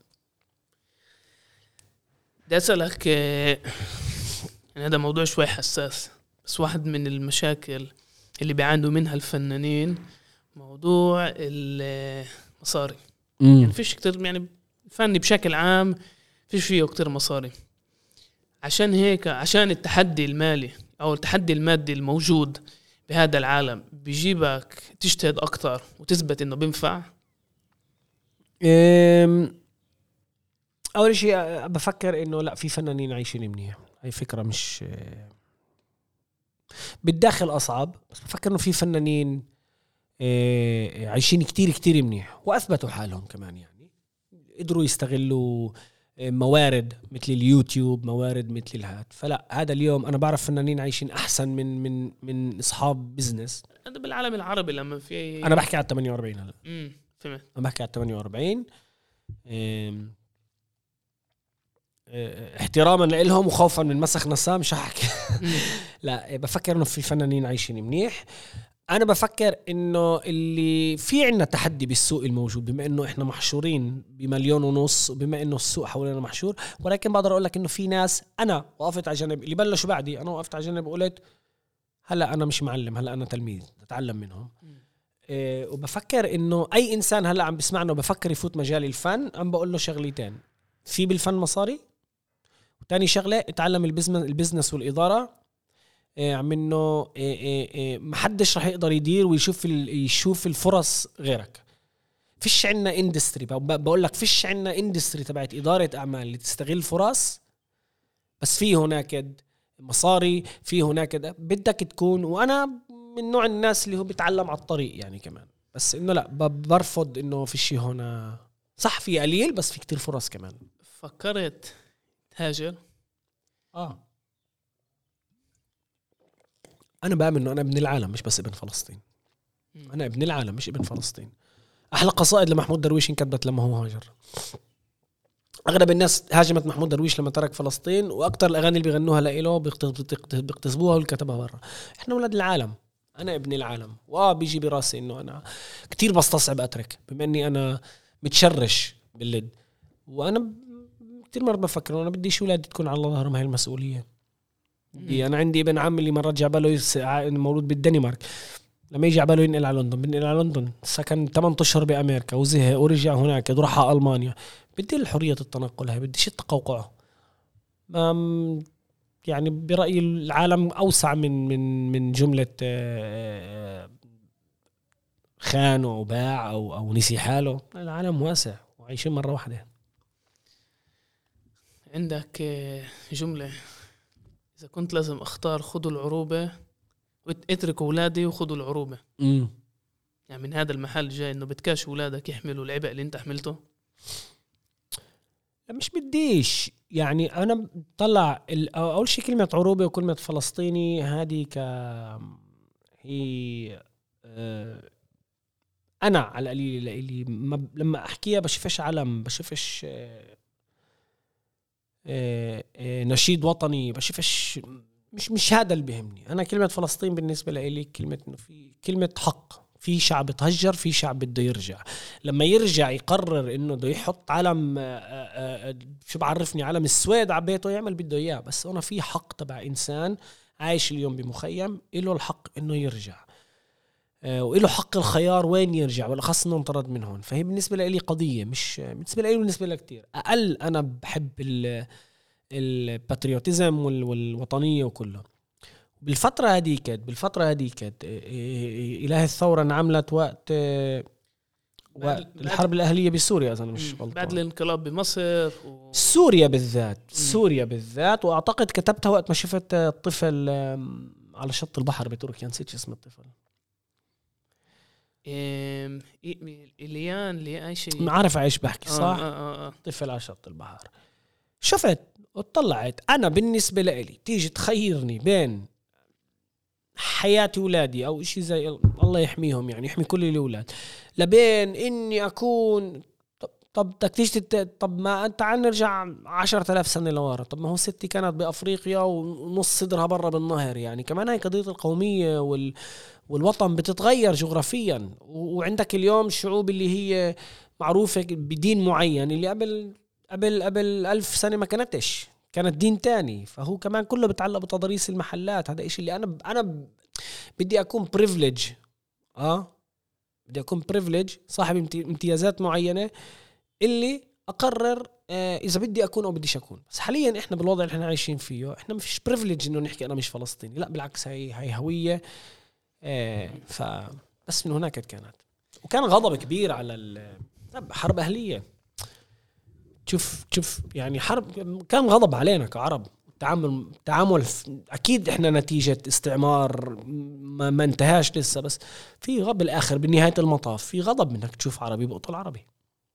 بدي اسالك يعني هذا موضوع شوي حساس، بس واحد من المشاكل اللي بيعانوا منها الفنانين موضوع المصاري. يعني فيش كتير يعني فني بشكل عام فيش فيه كتير مصاري. عشان هيك عشان التحدي المالي او التحدي المادي الموجود بهذا العالم بيجيبك تجتهد أكتر وتثبت إنه بينفع. أول شيء بفكر إنه لا في فنانين عايشين منيح. هاي فكرة مش بالداخل أصعب، بس بفكر إنه في فنانين عايشين كتير كتير منيح وأثبتوا حالهم كمان. يعني قدروا يستغلوا موارد مثل اليوتيوب، موارد مثل الهات. فلا هذا اليوم أنا بعرف فنانين عايشين أحسن من من من أصحاب بزنس. هذا بالعالم العربي لما في أنا بحكي على ثمانية وأربعين هلا. امم فهمت. أنا بحكي على ثمانية وأربعين احتراما لهم وخوفا من مسخ نسام مش هحكي. لا بفكر إنه في فنانين عايشين منيح. أنا بفكر إنه اللي في عنا تحدي بالسوق الموجود، بما إنه إحنا محشورين بمليون ونص وبما إنه السوق حوالينا محشور. ولكن بقدر أقول لك إنه في ناس أنا وقفت على جنب، اللي بلشوا بعدي أنا وقفت على جنب وقلت هلأ أنا مش معلم، هلأ أنا تلميذ أتعلم منهم. إيه وبفكر إنه أي إنسان هلأ عم بسمعنا وبفكر يفوت مجال الفن، عم بقول له شغلتين: في بالفن مصاري، وتاني شغلة اتعلم البزنس والإدارة. إيه منه إيه إيه إيه محدش رح يقدر يدير ويشوف يشوف الفرص غيرك. فيش عنا اندستري، بقول لك فيش عنا اندستري تبعت إدارة أعمال اللي تستغل فرص. بس في هناك مصاري، في هناك بدك تكون. وأنا من نوع الناس اللي هو بيتعلم على الطريق يعني كمان. بس إنه لا برفض إنه في شيء هنا صح، في قليل بس في كتير فرص كمان. فكرت تهاجر؟ آه أنا بآمن إنه أنا ابن العالم مش بس ابن فلسطين. أنا ابن العالم مش ابن فلسطين. أحلى قصائد لمحمود درويش انكتبت لما هو هاجر. أغلب الناس هاجمت محمود درويش لما ترك فلسطين، وأكتر الأغاني اللي بيغنوها لإله بيقتزبوها والكتبها برا. إحنا ولاد العالم، أنا ابن العالم. وآه بيجي براسي إنه أنا كتير بستصعب أترك بما إني أنا متشرش باللد. وأنا كتير مرة بفكر أنا بدي شو ولادي تكون على ظهرهم هاي المسؤولية. أنا عندي ابن عم اللي مرة جابله مولود بالدنمارك، لما يجي عباله ينقل على لندن بنقل على لندن، سكن ثمانية أشهر بأمريكا وزهق ورجع هناك راح على ألمانيا. بدي الحرية التنقل، هاي بدي شيء التقوقع. يعني برأيي العالم أوسع من من من جملة خان أو باع أو أو نسي حاله. العالم واسع وعايشين مرة واحدة. عندك جملة: إذا كنت لازم أختار خذوا العروبة واتركوا أولادي وخذوا العروبة. امم يعني من هذا المحل جاي إنه بدكاش أولادك يحملوا العبء اللي أنت حملته؟ مش بديش. يعني أنا طلع أول شيء كلمة عروبة وكلمة فلسطيني هذه ك هي أنا على القليل اللي لما أحكيها بشوفش علم، بشوفش آه آه نشيد وطني، بشوفش، مش مش هذا اللي بيهمني أنا. كلمة فلسطين بالنسبة لي كلمة إنه في كلمة حق، في شعب تهجر، في شعب بده يرجع. لما يرجع يقرر إنه بده يحط علم آه آه شو بعرفني علم السويد عبيته، يعمل بده إياه. بس أنا في حق تبع إنسان عايش اليوم بمخيم، إله الحق إنه يرجع، آه وإله حق الخيار وين يرجع، بالأخص إنه انطرد من هون. فهي بالنسبة لي قضية، مش بالنسبة لي بالنسبة لي كتير أقل. أنا بحب الباتريوتيزم والوطنية وكله. بالفترة هذيك بالفترة هذيك إله الثورة انعملت وقت وقت الحرب الأهلية بسوريا، إذا مش غلطان، بعد الانقلاب بمصر و... سوريا بالذات مم. سوريا بالذات. وأعتقد كتبتها وقت ما شفت الطفل على شط البحر بتركيا، نسيت اسم الطفل. إليان اللي أي شيء، ما عارف عايش بحكي صح. آه آه آه. طفل على شط البحر. شفت وطلعت. أنا بالنسبة لي تيجي تخيرني بين حياة أولادي أو إشي زي الله يحميهم، يعني يحمي كل الأولاد، لبين إني أكون طب طب تكتيش طب ما أنت عن نرجع عشرة آلاف سنة لورا. طب ما هو ستي كانت بأفريقيا ونص صدرها برا بالنهر، يعني كمان هاي قضية القومية وال والوطن بتتغير جغرافيا. وعندك اليوم الشعوب اللي هي معروفة بدين معين، اللي قبل قبل قبل ألف سنة ما كانتش، كانت دين تاني. فهو كمان كله بتعلق بتضاريس المحلات. هذا إشي اللي أنا أنا بدي أكون بريفليج، آه بدي أكون بريفليج صاحب امتيازات معينة، اللي أقرر آه إذا بدي أكون أو بديش أكون. بس حاليا إحنا بالوضع اللي إحنا عايشين فيه، إحنا مش بريفليج إنه نحكي أنا مش فلسطيني، لا بالعكس، هاي هاي هوية. آه فبس من هناك كانت، وكان غضب كبير على الحرب أهلية. شوف شوف يعني حرب، كان غضب علينا كعرب. تعامل تعامل أكيد إحنا نتيجة استعمار ما, ما انتهاش لسه، بس في غضب الآخر بالنهاية المطاف، في غضب منك تشوف عربي بقتل عربي.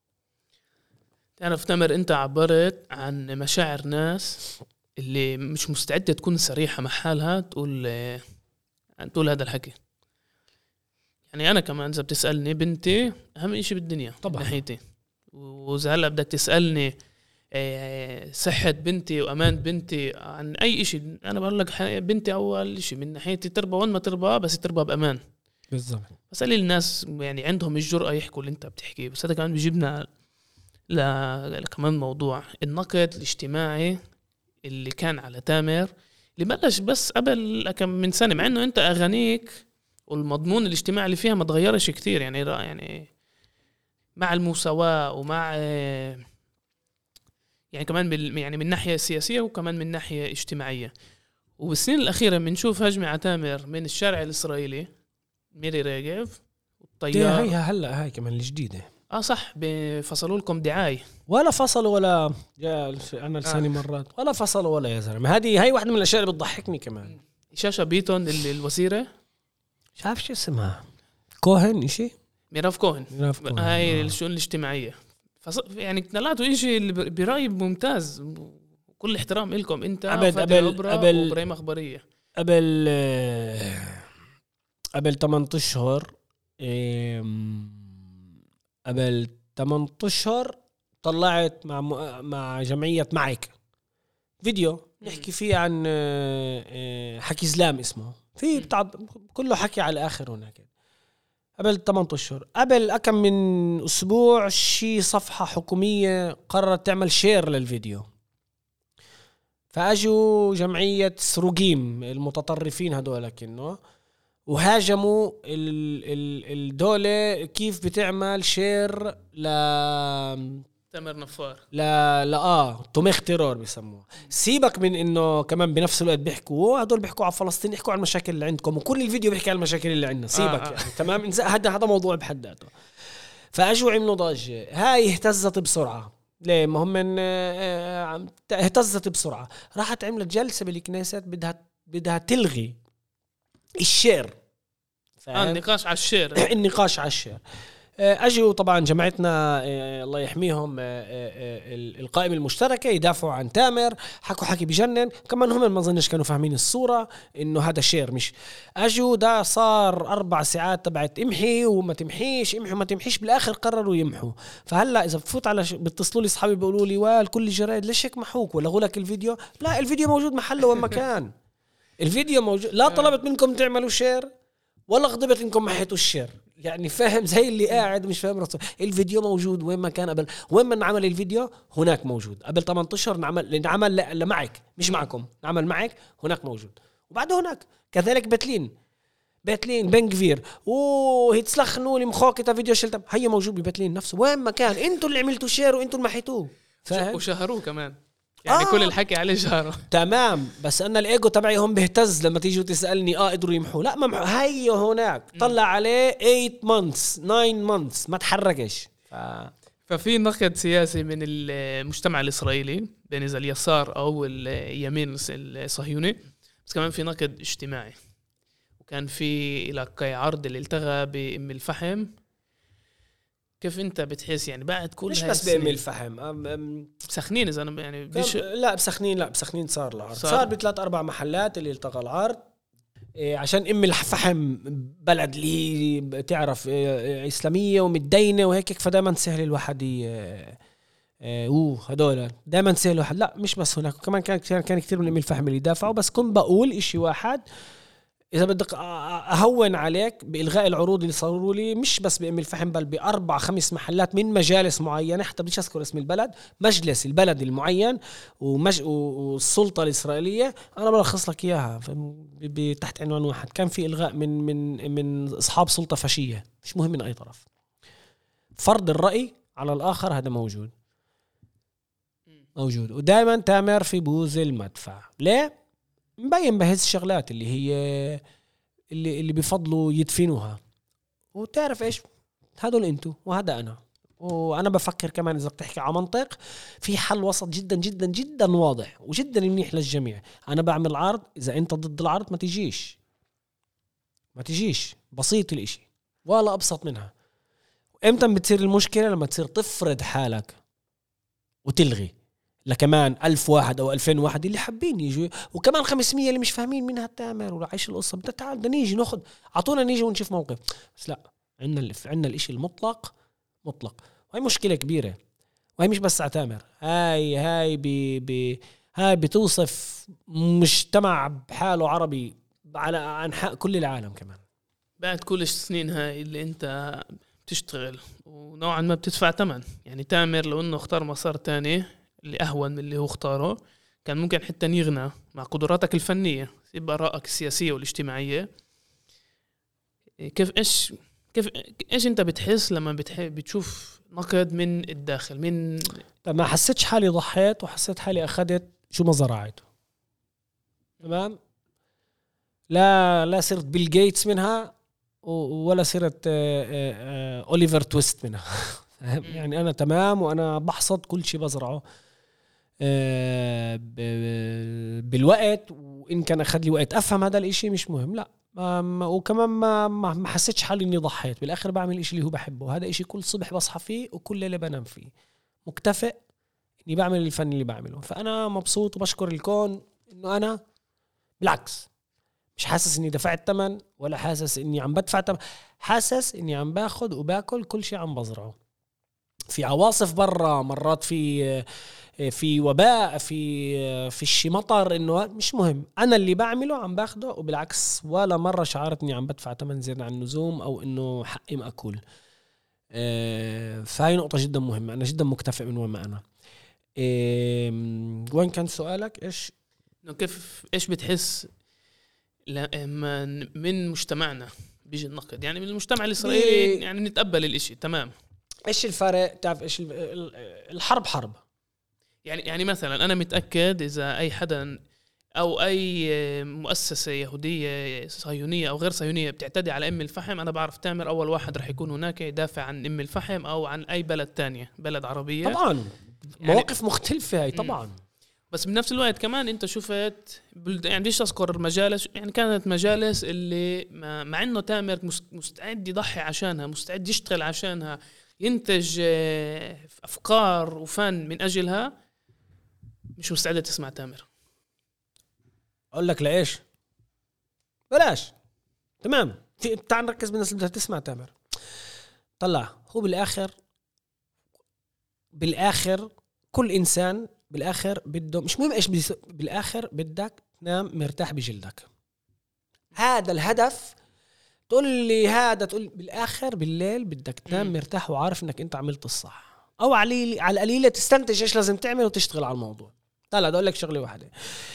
تعرف تامر، أنت عبرت عن مشاعر ناس اللي مش مستعدة تكون صريحة مع حالها تقول تقول هذا الحكي. يعني أنا كمان إذا بتسألني بنتي أهم إشي بالدنيا طبعا ناحيتي، وإذا هلا بدك تسألني صحة بنتي وأمان بنتي عن أي إشي، أنا بقول لك بنتي أول إشي من ناحيتي تربى وين ما تربى، بس تربى بأمان. بالضبط. بس اللي الناس يعني عندهم الجرأة يحكوا اللي أنت بتحكيه. بس هذا كمان بيجيبنا ل كمان موضوع النقد الاجتماعي اللي كان على تامر، اللي بلش بس قبل كم من سنة، مع إنه أنت أغانيك والمضمون الاجتماعي اللي فيها ما تغيرش كتير. يعني يعني مع المساواة ومع يعني كمان بال يعني من ناحية سياسية وكمان من ناحية اجتماعية. وبالسنين الأخيرة بنشوف هجمة على تامر من الشارع الإسرائيلي، ميري ريغيف والطيار. هاي هلا هاي كمان الجديدة. اه صح، بفصلوا لكم دعاية ولا فصلوا ولا يا أنا لساني آه. مرات ولا فصلوا ولا يا زلمة. هذه هاي واحدة من الأشياء اللي بتضحكني كمان. شاشة بيتون اللي الوزيرة شاف شو اسمها كوهن إشي ميراف كوهن, ميراف كوهن. هاي آه. الشؤون الاجتماعية فص... يعني طلعتوا إشي اللي برأيي ممتاز. كل احترام لكم أنت قبل قبل وبرايم أخبارية قبل قبل ثمانية أشهر قبل ثمانية أشهر طلعت مع مع جمعية معك فيديو نحكي فيه عن حكي زلام اسمه، في بتاع كله حكي على الآخر هناك. قبل ثمانية أشهر، قبل أكم من أسبوع، شي صفحة حكومية قررت تعمل شير للفيديو، فأجوا جمعية سروقيم المتطرفين هدول كأنه وهاجموا الدولة كيف بتعمل شير ل تامر نفار لا لا اه تمخ تيرور بيسموه. سيبك من انه كمان بنفس الوقت بيحكوا هدول بيحكوا على فلسطين، يحكوا على المشاكل اللي عندكم، وكل الفيديو بيحكي على المشاكل اللي عندنا. سيبك آه. يعني تمام، هذا هذا موضوع بحد ذاته. فاجوا عملوا ضجة، هاي اهتزت بسرعة. ليه؟ ما هم من اهتزت بسرعة، راحت عملت جلسة بالكنيست بدها بدها تلغي الشير. آه النقاش على الشير النقاش على الشير اجوا طبعا جماعتنا الله يحميهم القائمة المشتركة يدافعوا عن تامر، حكوا حكي بجنن، كمان هم ما ظنش كانوا فاهمين الصورة انه هذا شير. مش اجوا ده صار اربع ساعات تبعت امحي وما تمحيش، امحي وما تمحيش، بالاخر قرروا يمحوا. فهلا اذا بفوت على ش... بتصلوا لي اصحابي بيقولوا لي والكل الجرايد ليش هيك محوك ولا غولك الفيديو، لا الفيديو موجود محله وين ما كان. الفيديو موجود، لا طلبت منكم تعملوا شير ولا غضبت انكم محيتوا الشير، يعني فاهم زي اللي قاعد مش فاهم رسول. الفيديو موجود وين ما كان قبل، وين ما نعمل الفيديو هناك موجود. قبل ثمانية أشهر نعمل نعمل معك مش معكم، نعمل معك هناك موجود. وبعد هناك كذلك بتلين بتلين بنكفير وهيتسلخنوا لي مخاكته فيديو شلتم، هي موجود ببتلين نفسه وين ما كان. انتوا اللي عملتوا شير وانتوا اللي محيتوه، فاهم؟ وشهروه كمان يعني آه. كل الحكي عليه شهره تمام. بس انا الايجو تبعي هم بيهتز لما تيجوا تسالني اه قدروا يمحوا، لا ما محو. هي هناك طلع عليه ثمانية months تسعة months ما تحركش. ف... ففي نقد سياسي من المجتمع الاسرائيلي بين اذا اليسار او اليمين الصهيوني، بس كمان في نقد اجتماعي. وكان في لك عرض اللي التغى بام الفحم. كيف انت بتحس يعني بعد كل مش بس بأم الفحم أم أم بسخنين اذا انا يعني بش... لا بسخنين لا بسخنين صار العرض صار, صار بثلاث اربع محلات اللي التقى العرض إيه عشان ام الفحم بلد اللي تعرف إيه اسلاميه ومتدينه وهيك، فدائما سهل الواحد إيه اوه هدول دائما سهل الواحد. لا مش بس هناك، كمان كان كان كثير من ام الفحم اللي دافعوا. بس كنت بقول اشي واحد، إذا بدك أهون عليك بإلغاء العروض اللي صاروا لي مش بس بأم الفحم بل بأربع خمس محلات من مجالس معينة، حتى بديش أذكر اسم البلد، مجلس البلد المعين ومج... والسلطة الإسرائيلية، أنا بلخص لك إياها تحت عنوان واحد. كان في إلغاء من من من أصحاب سلطة فاشية مش مهم من أي طرف. فرض الرأي على الآخر هذا موجود موجود ودائما تامر في بوز المدفع. ليه؟ مبين بهز الشغلات اللي هي اللي اللي بيفضلوا يدفنوها. وتعرف ايش، هذول انتوا وهذا انا، وانا بفكر كمان اذا بتحكي على منطق في حل وسط جدا جدا جدا واضح وجدا منيح للجميع. انا بعمل عرض، اذا انت ضد العرض ما تجيش ما تجيش بسيط الاشي ولا ابسط منها. امتى بتصير المشكله؟ لما تصير تفرض حالك وتلغي لكمان ألف واحد أو ألفين واحد اللي حابين يجوا، وكمان خمسمية اللي مش فاهمين منها التامر ولا عيش القصة. بدنا تعال بدنا نيجي ناخد، عطونا نيجي ونشوف موقف. بس لا، عندنا عندنا الإشي المطلق مطلق، وهي مشكلة كبيرة. وهي مش بس على تامر، هاي هاي ب ب هاي بتوصف مجتمع بحاله عربي على أنحاء كل العالم. كمان بعد كل السنين هاي اللي أنت بتشتغل ونوعا ما بتدفع ثمن. يعني تامر لو إنه اختار مسار تاني اللي أهون من اللي هو اختاره، كان ممكن حتى يغنى مع قدراتك الفنية يبقى آرائك السياسية والاجتماعية. كيف إيش كيف إيش أنت بتحس لما بتحب بتشوف نقد من الداخل؟ من ما حسيتش حالي ضحيت وحسيت حالي أخذت شو ما زرعته. تمام، لا لا صرت بيل جيتس منها ولا صرت أوليفر تويست منها. يعني أنا تمام وأنا بحصد كل شيء بزرعه بالوقت، وإن كان أخذ لي وقت أفهم هذا الإشي مش مهم. لا وكمان ما ما حسيتش حالي إني ضحيت. بالآخر بعمل الإشي اللي هو بحبه، هذا إشي كل صبح بصحى فيه وكل ليلة بنام فيه، مكتفئ إني بعمل الفن اللي بعمله. فأنا مبسوط وبشكر الكون إنه أنا بالعكس مش حاسس إني دفعت ثمن ولا حاسس إني عم بدفع ثمن، حاسس إني عم باخد وباكل كل شيء عم بزرعه. في عواصف برا مرات، في في وباء، في في الشي مطر، انه مش مهم، انا اللي بعمله عم باخده. وبالعكس ولا مره شعرتني عم بدفع ثمن زيادة عن اللزوم او انه حقي مأكول. فهي نقطه جدا مهمه، انا جدا مكتفئ من وين ما انا. وين كان سؤالك؟ ايش كيف ايش بتحس من مجتمعنا بيجي النقد؟ يعني من المجتمع الاسرائيلي يعني نتقبل الاشي تمام. ايش الفرق؟ تعرف ايش الحرب؟ حرب يعني يعني مثلا انا متاكد اذا اي حدا او اي مؤسسه يهوديه صهيونيه او غير صهيونيه بتعتدي على ام الفحم، انا بعرف تامر اول واحد رح يكون هناك يدافع عن ام الفحم او عن اي بلد تانية بلد عربيه. طبعا مواقف يعني مختلفه هاي طبعا. بس بنفس الوقت كمان انت شفت بلد... يعني بديش اذكر مجالس، يعني كانت مجالس اللي ما... مع انه تامر مستعد يضحي عشانها، مستعد يشتغل عشانها، ينتج افكار وفن من اجلها، مش مستعدة تسمع تامر. اقول لك لإيش؟ بلاش. تمام، تعال نركز بالناس اللي بدها تسمع تامر. طلع هو بالاخر بالاخر كل انسان بالاخر بده، مش مهم ايش بيس... بالاخر بدك تنام مرتاح بجلدك. هذا الهدف. تقول لي هذا، تقول بالاخر بالليل بدك تنام مرتاح وعارف انك انت عملت الصح، او على على القليله تستنتج ايش لازم تعمل وتشتغل على الموضوع. طلع اقول لك شغله واحده،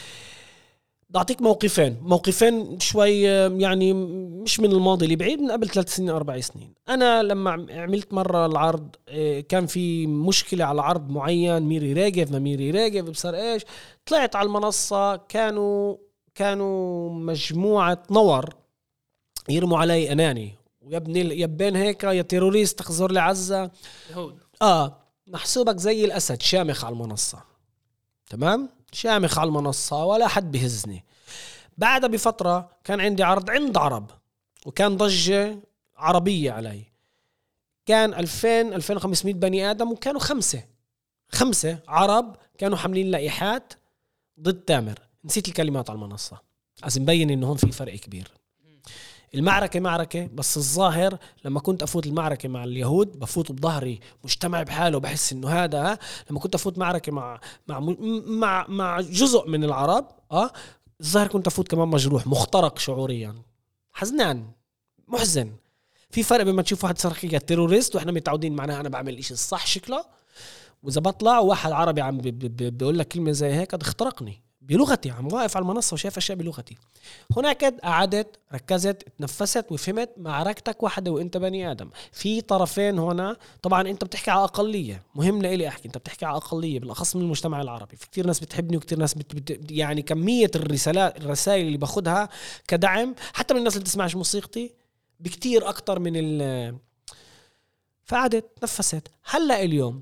بعطيك موقفين موقفين شوي يعني مش من الماضي اللي بعيد، من قبل ثلاث سنين أربع سنين. أنا لما عملت مرة العرض كان في مشكلة على عرض معين، ميري راجف ما ميري راجف بصار إيش، طلعت على المنصة، كانوا كانوا مجموعة نور يرموا علي أناني، ويا ابني يبين هيك يا تيروريست تخزر لي عزة يهود. آه محسوبك زي الأسد شامخ على المنصة. تمام، شامخ على المنصة ولا حد بهزني. بعدها بفترة كان عندي عرض عند عرب، وكان ضجة عربية علي، كان ألفين ألفين وخمسمية بني آدم، وكانوا خمسة خمسة عرب كانوا حاملين لائحات ضد تامر. نسيت الكلمات على المنصة، عشان مبين إنه هون في فرق كبير. المعركة معركة، بس الظاهر لما كنت أفوت المعركة مع اليهود بفوت بظهري مجتمع بحاله، بحس إنه هذا. لما كنت أفوت معركة مع مع مع مع جزء من العرب آه الظاهر كنت أفوت كمان مجروح مخترق شعوريا، حزنان محزن. في فرق بين ما تشوف واحد صار حقيقة تيروريست وإحنا متعودين معناها أنا بعمل إشي الصح شكله، وإذا بطلع واحد عربي عم بيقول لك كلمة زي هيك قد اخترقني بلغتي، عم واقف على المنصة وشايف أشياء بلغتي. هناك قعدت ركزت اتنفست وفهمت معركتك واحدة وانت بني آدم. في طرفين هنا، طبعا انت بتحكي على أقلية، مهم لإلي أحكي انت بتحكي على أقلية بالأخص من المجتمع العربي. في كتير ناس بتحبني وكتير ناس بت... بت... يعني كمية الرسالات الرسائل اللي باخدها كدعم حتى من الناس اللي تسمعش موسيقتي بكتير أكتر من ال. فقعدت نفست. هلأ اليوم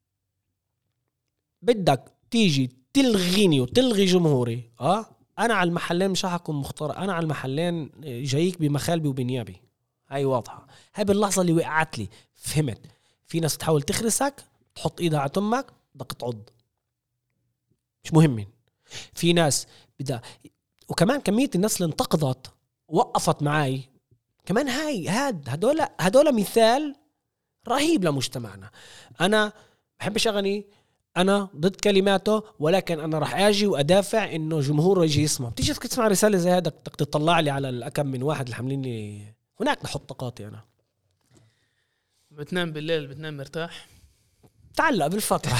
بدك تيجي تلغيني وتلغي جمهوري. اه انا على المحلين مش هحكم مختار، انا على المحلين جايك بمخالبي وبنيابي، هاي واضحه. هاي باللحظه اللي وقعت لي فهمت في ناس تحاول تخرسك، تحط ايدها على تمك، بدك تعض، مش مهمين. في ناس بدها، وكمان كميه الناس اللي انتقدت وقفت معاي كمان، هاي هاد هدول هدول مثال رهيب لمجتمعنا. انا بحبش اغني، أنا ضد كلماته، ولكن أنا رح أجي وأدافع إنه جمهوره يجي يسمع. بتيجي تسمع رسالة زي هذا بدك تطلع لي على الأكم من واحد اللي حامليني هناك نحط طاقاتي. أنا بتنام بالليل بتنام مرتاح؟ تعلق بالفترة.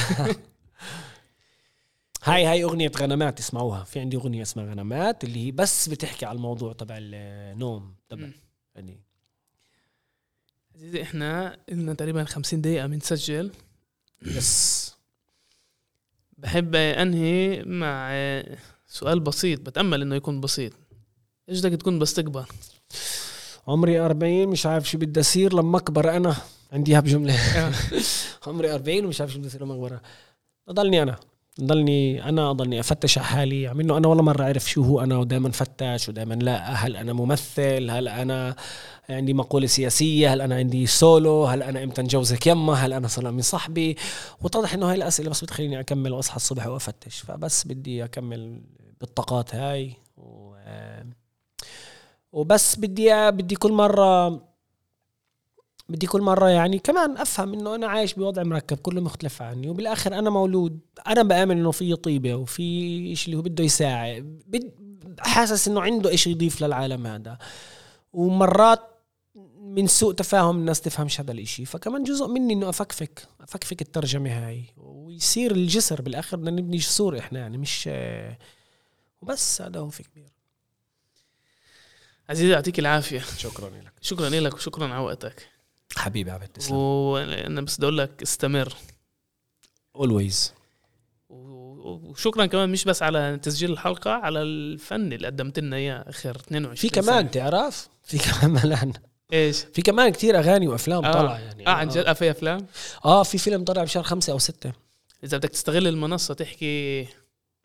هاي هاي أغنية غنمات اسمعوها، في عندي أغنية اسمها غنمات اللي هي بس بتحكي على الموضوع تبع النوم تبع يعني. عزيزي إحنا إلنا تقريبا خمسين دقيقة بنسجل. يس. بحب أنهي مع سؤال بسيط، بتأمل إنه يكون بسيط. إيش بدك تكون بس تكبر؟ عمري أربعين مش عارف شو بدي أصير لما أكبر. أنا عنديها بجملة. عمري أربعين ومش عارف شو بدي أصير لما أكبر. أضلني أنا ضلني أنا أضلني أفتش على حالي، عم إنه أنا ولا مرة أعرف شو هو أنا، ودائما فتش ودائما لا. هل أنا ممثل؟ هل أنا عندي مقولة سياسية؟ هل أنا عندي سولو؟ هل أنا إمتى نجوزك يما؟ هل أنا صار من صاحبي؟ وتضح إنه هاي الأسئلة بس بتخليني أكمل وأصحى الصبح وأفتش. فبس بدي أكمل بالطاقات هاي و... وبس بدي بدي كل مرة بدي كل مرة يعني كمان أفهم إنه أنا عايش بوضع مركب كله مختلف عني، وبالآخر أنا مولود، أنا بآمن إنه في طيبة وفي إيش اللي هو بده يساعد، بد حاسس إنه عنده إيش يضيف للعالم هذا. ومرات من سوء تفاهم الناس تفهمش هذا الإشي، فكمان جزء مني إنه أفكفك أفكفك الترجمة هاي ويصير الجسر بالآخر بدنا نبني جسور إحنا يعني مش وبس. هذا هو في كبير. عزيزي يعطيك العافية. شكرا لك. شكرا لك وشكرا على وقتك حبيبي. عبد تسلم. وانا بس بدي اقول لك استمر always. وشكرا كمان مش بس على تسجيل الحلقة، على الفن اللي قدمت لنا اياه اخر اثنين وعشرين في كمان سنة. تعرف في كمان ملان ايش في كمان كتير اغاني وافلام آه. طلع يعني اه عن جد. آه في افلام اه في فيلم طلع بشهر خمسة او ستة. اذا بدك تستغل المنصة تحكي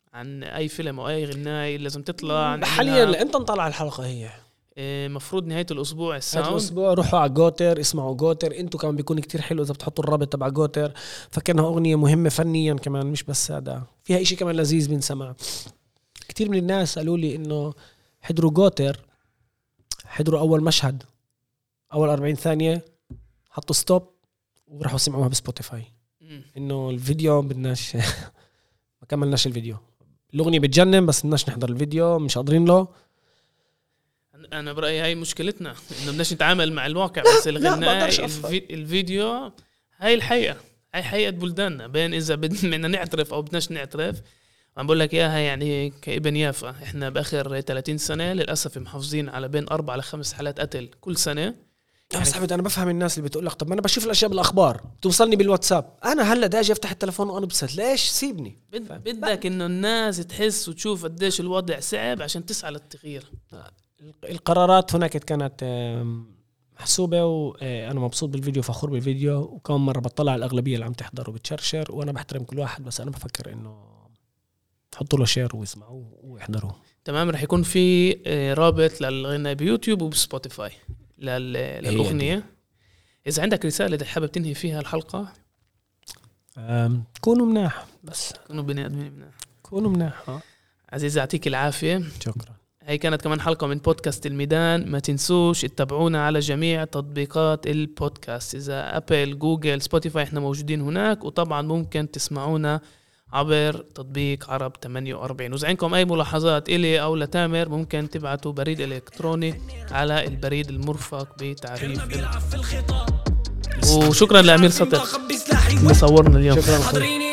عن اي فيلم او اي غناي لازم تطلع حاليا انت نطلع الحلقه هي مفروض نهايه الاسبوع الساوند هذا الاسبوع. روحوا على جوتر اسمعوا جوتر، انتوا كمان بيكون كتير حلو اذا بتحطوا الرابط تبع جوتر، فكانها اغنيه مهمه فنيا كمان مش بس هذا، فيها اشي كمان لذيذ بنسمع. كتير من الناس قالوا لي انه حضروا جوتر، حضروا اول مشهد اول أربعين ثانيه حطوا ستوب وراحوا سمعوها بسبوتيفاي، انه الفيديو بدناش ما كملناش الفيديو. الاغنيه بتجنن بس بدناش نحضر الفيديو، مش قادرين له. انا برايي هاي مشكلتنا انه بدناش نتعامل مع الواقع، بس الغناء الفيديو هاي الحقيقه، هاي حقيقه بلداننا. بين اذا بدنا نعترف او بدناش نعترف، عم بقول لك اياها يعني كابن يافا. احنا باخر ثلاثين سنه للاسف محافظين على بين أربعة لخمس حالات قتل كل سنه. يعني صاحبي انا بفهم الناس اللي بتقول لك طب ما انا بشوف الاشياء بالاخبار توصلني بالواتساب، انا هلا داجي افتح التلفون وانبسط، ليش سيبني؟ بدك انه الناس تحس وتشوف قديش الوضع صعب عشان تسعى للتغيير. القرارات هناك كانت محسوبه، وانا مبسوط بالفيديو، فخور بالفيديو، وكم مره بطلع على الاغلبيه اللي عم تحضر وبتشرشر، وانا بحترم كل واحد، بس انا بفكر انه حطوا له شير ويسمعوا ويحضروا. تمام. رح يكون في رابط للغناء بيوتيوب وبسبوتيفاي للأغنية. إذا عندك رسالة حابب تنهي فيها الحلقة، كونوا مناح، بس كونوا بني آدمين مناح، كونوا مناح. عزيزي يعطيك العافية، شكرا. هي كانت كمان حلقة من بودكاست الميدان. ما تنسوش تتابعونا على جميع تطبيقات البودكاست، إذا أبل، جوجل، سبوتيفاي، إحنا موجودين هناك. وطبعا ممكن تسمعونا عبر تطبيق عرب ثمانية وأربعين. وإذا عندكم أي ملاحظات إلي أو لتامر ممكن تبعتوا بريد إلكتروني على البريد المرفق بتعريف. وشكرا لأمير سطر اللي صورنا اليوم. شكرا.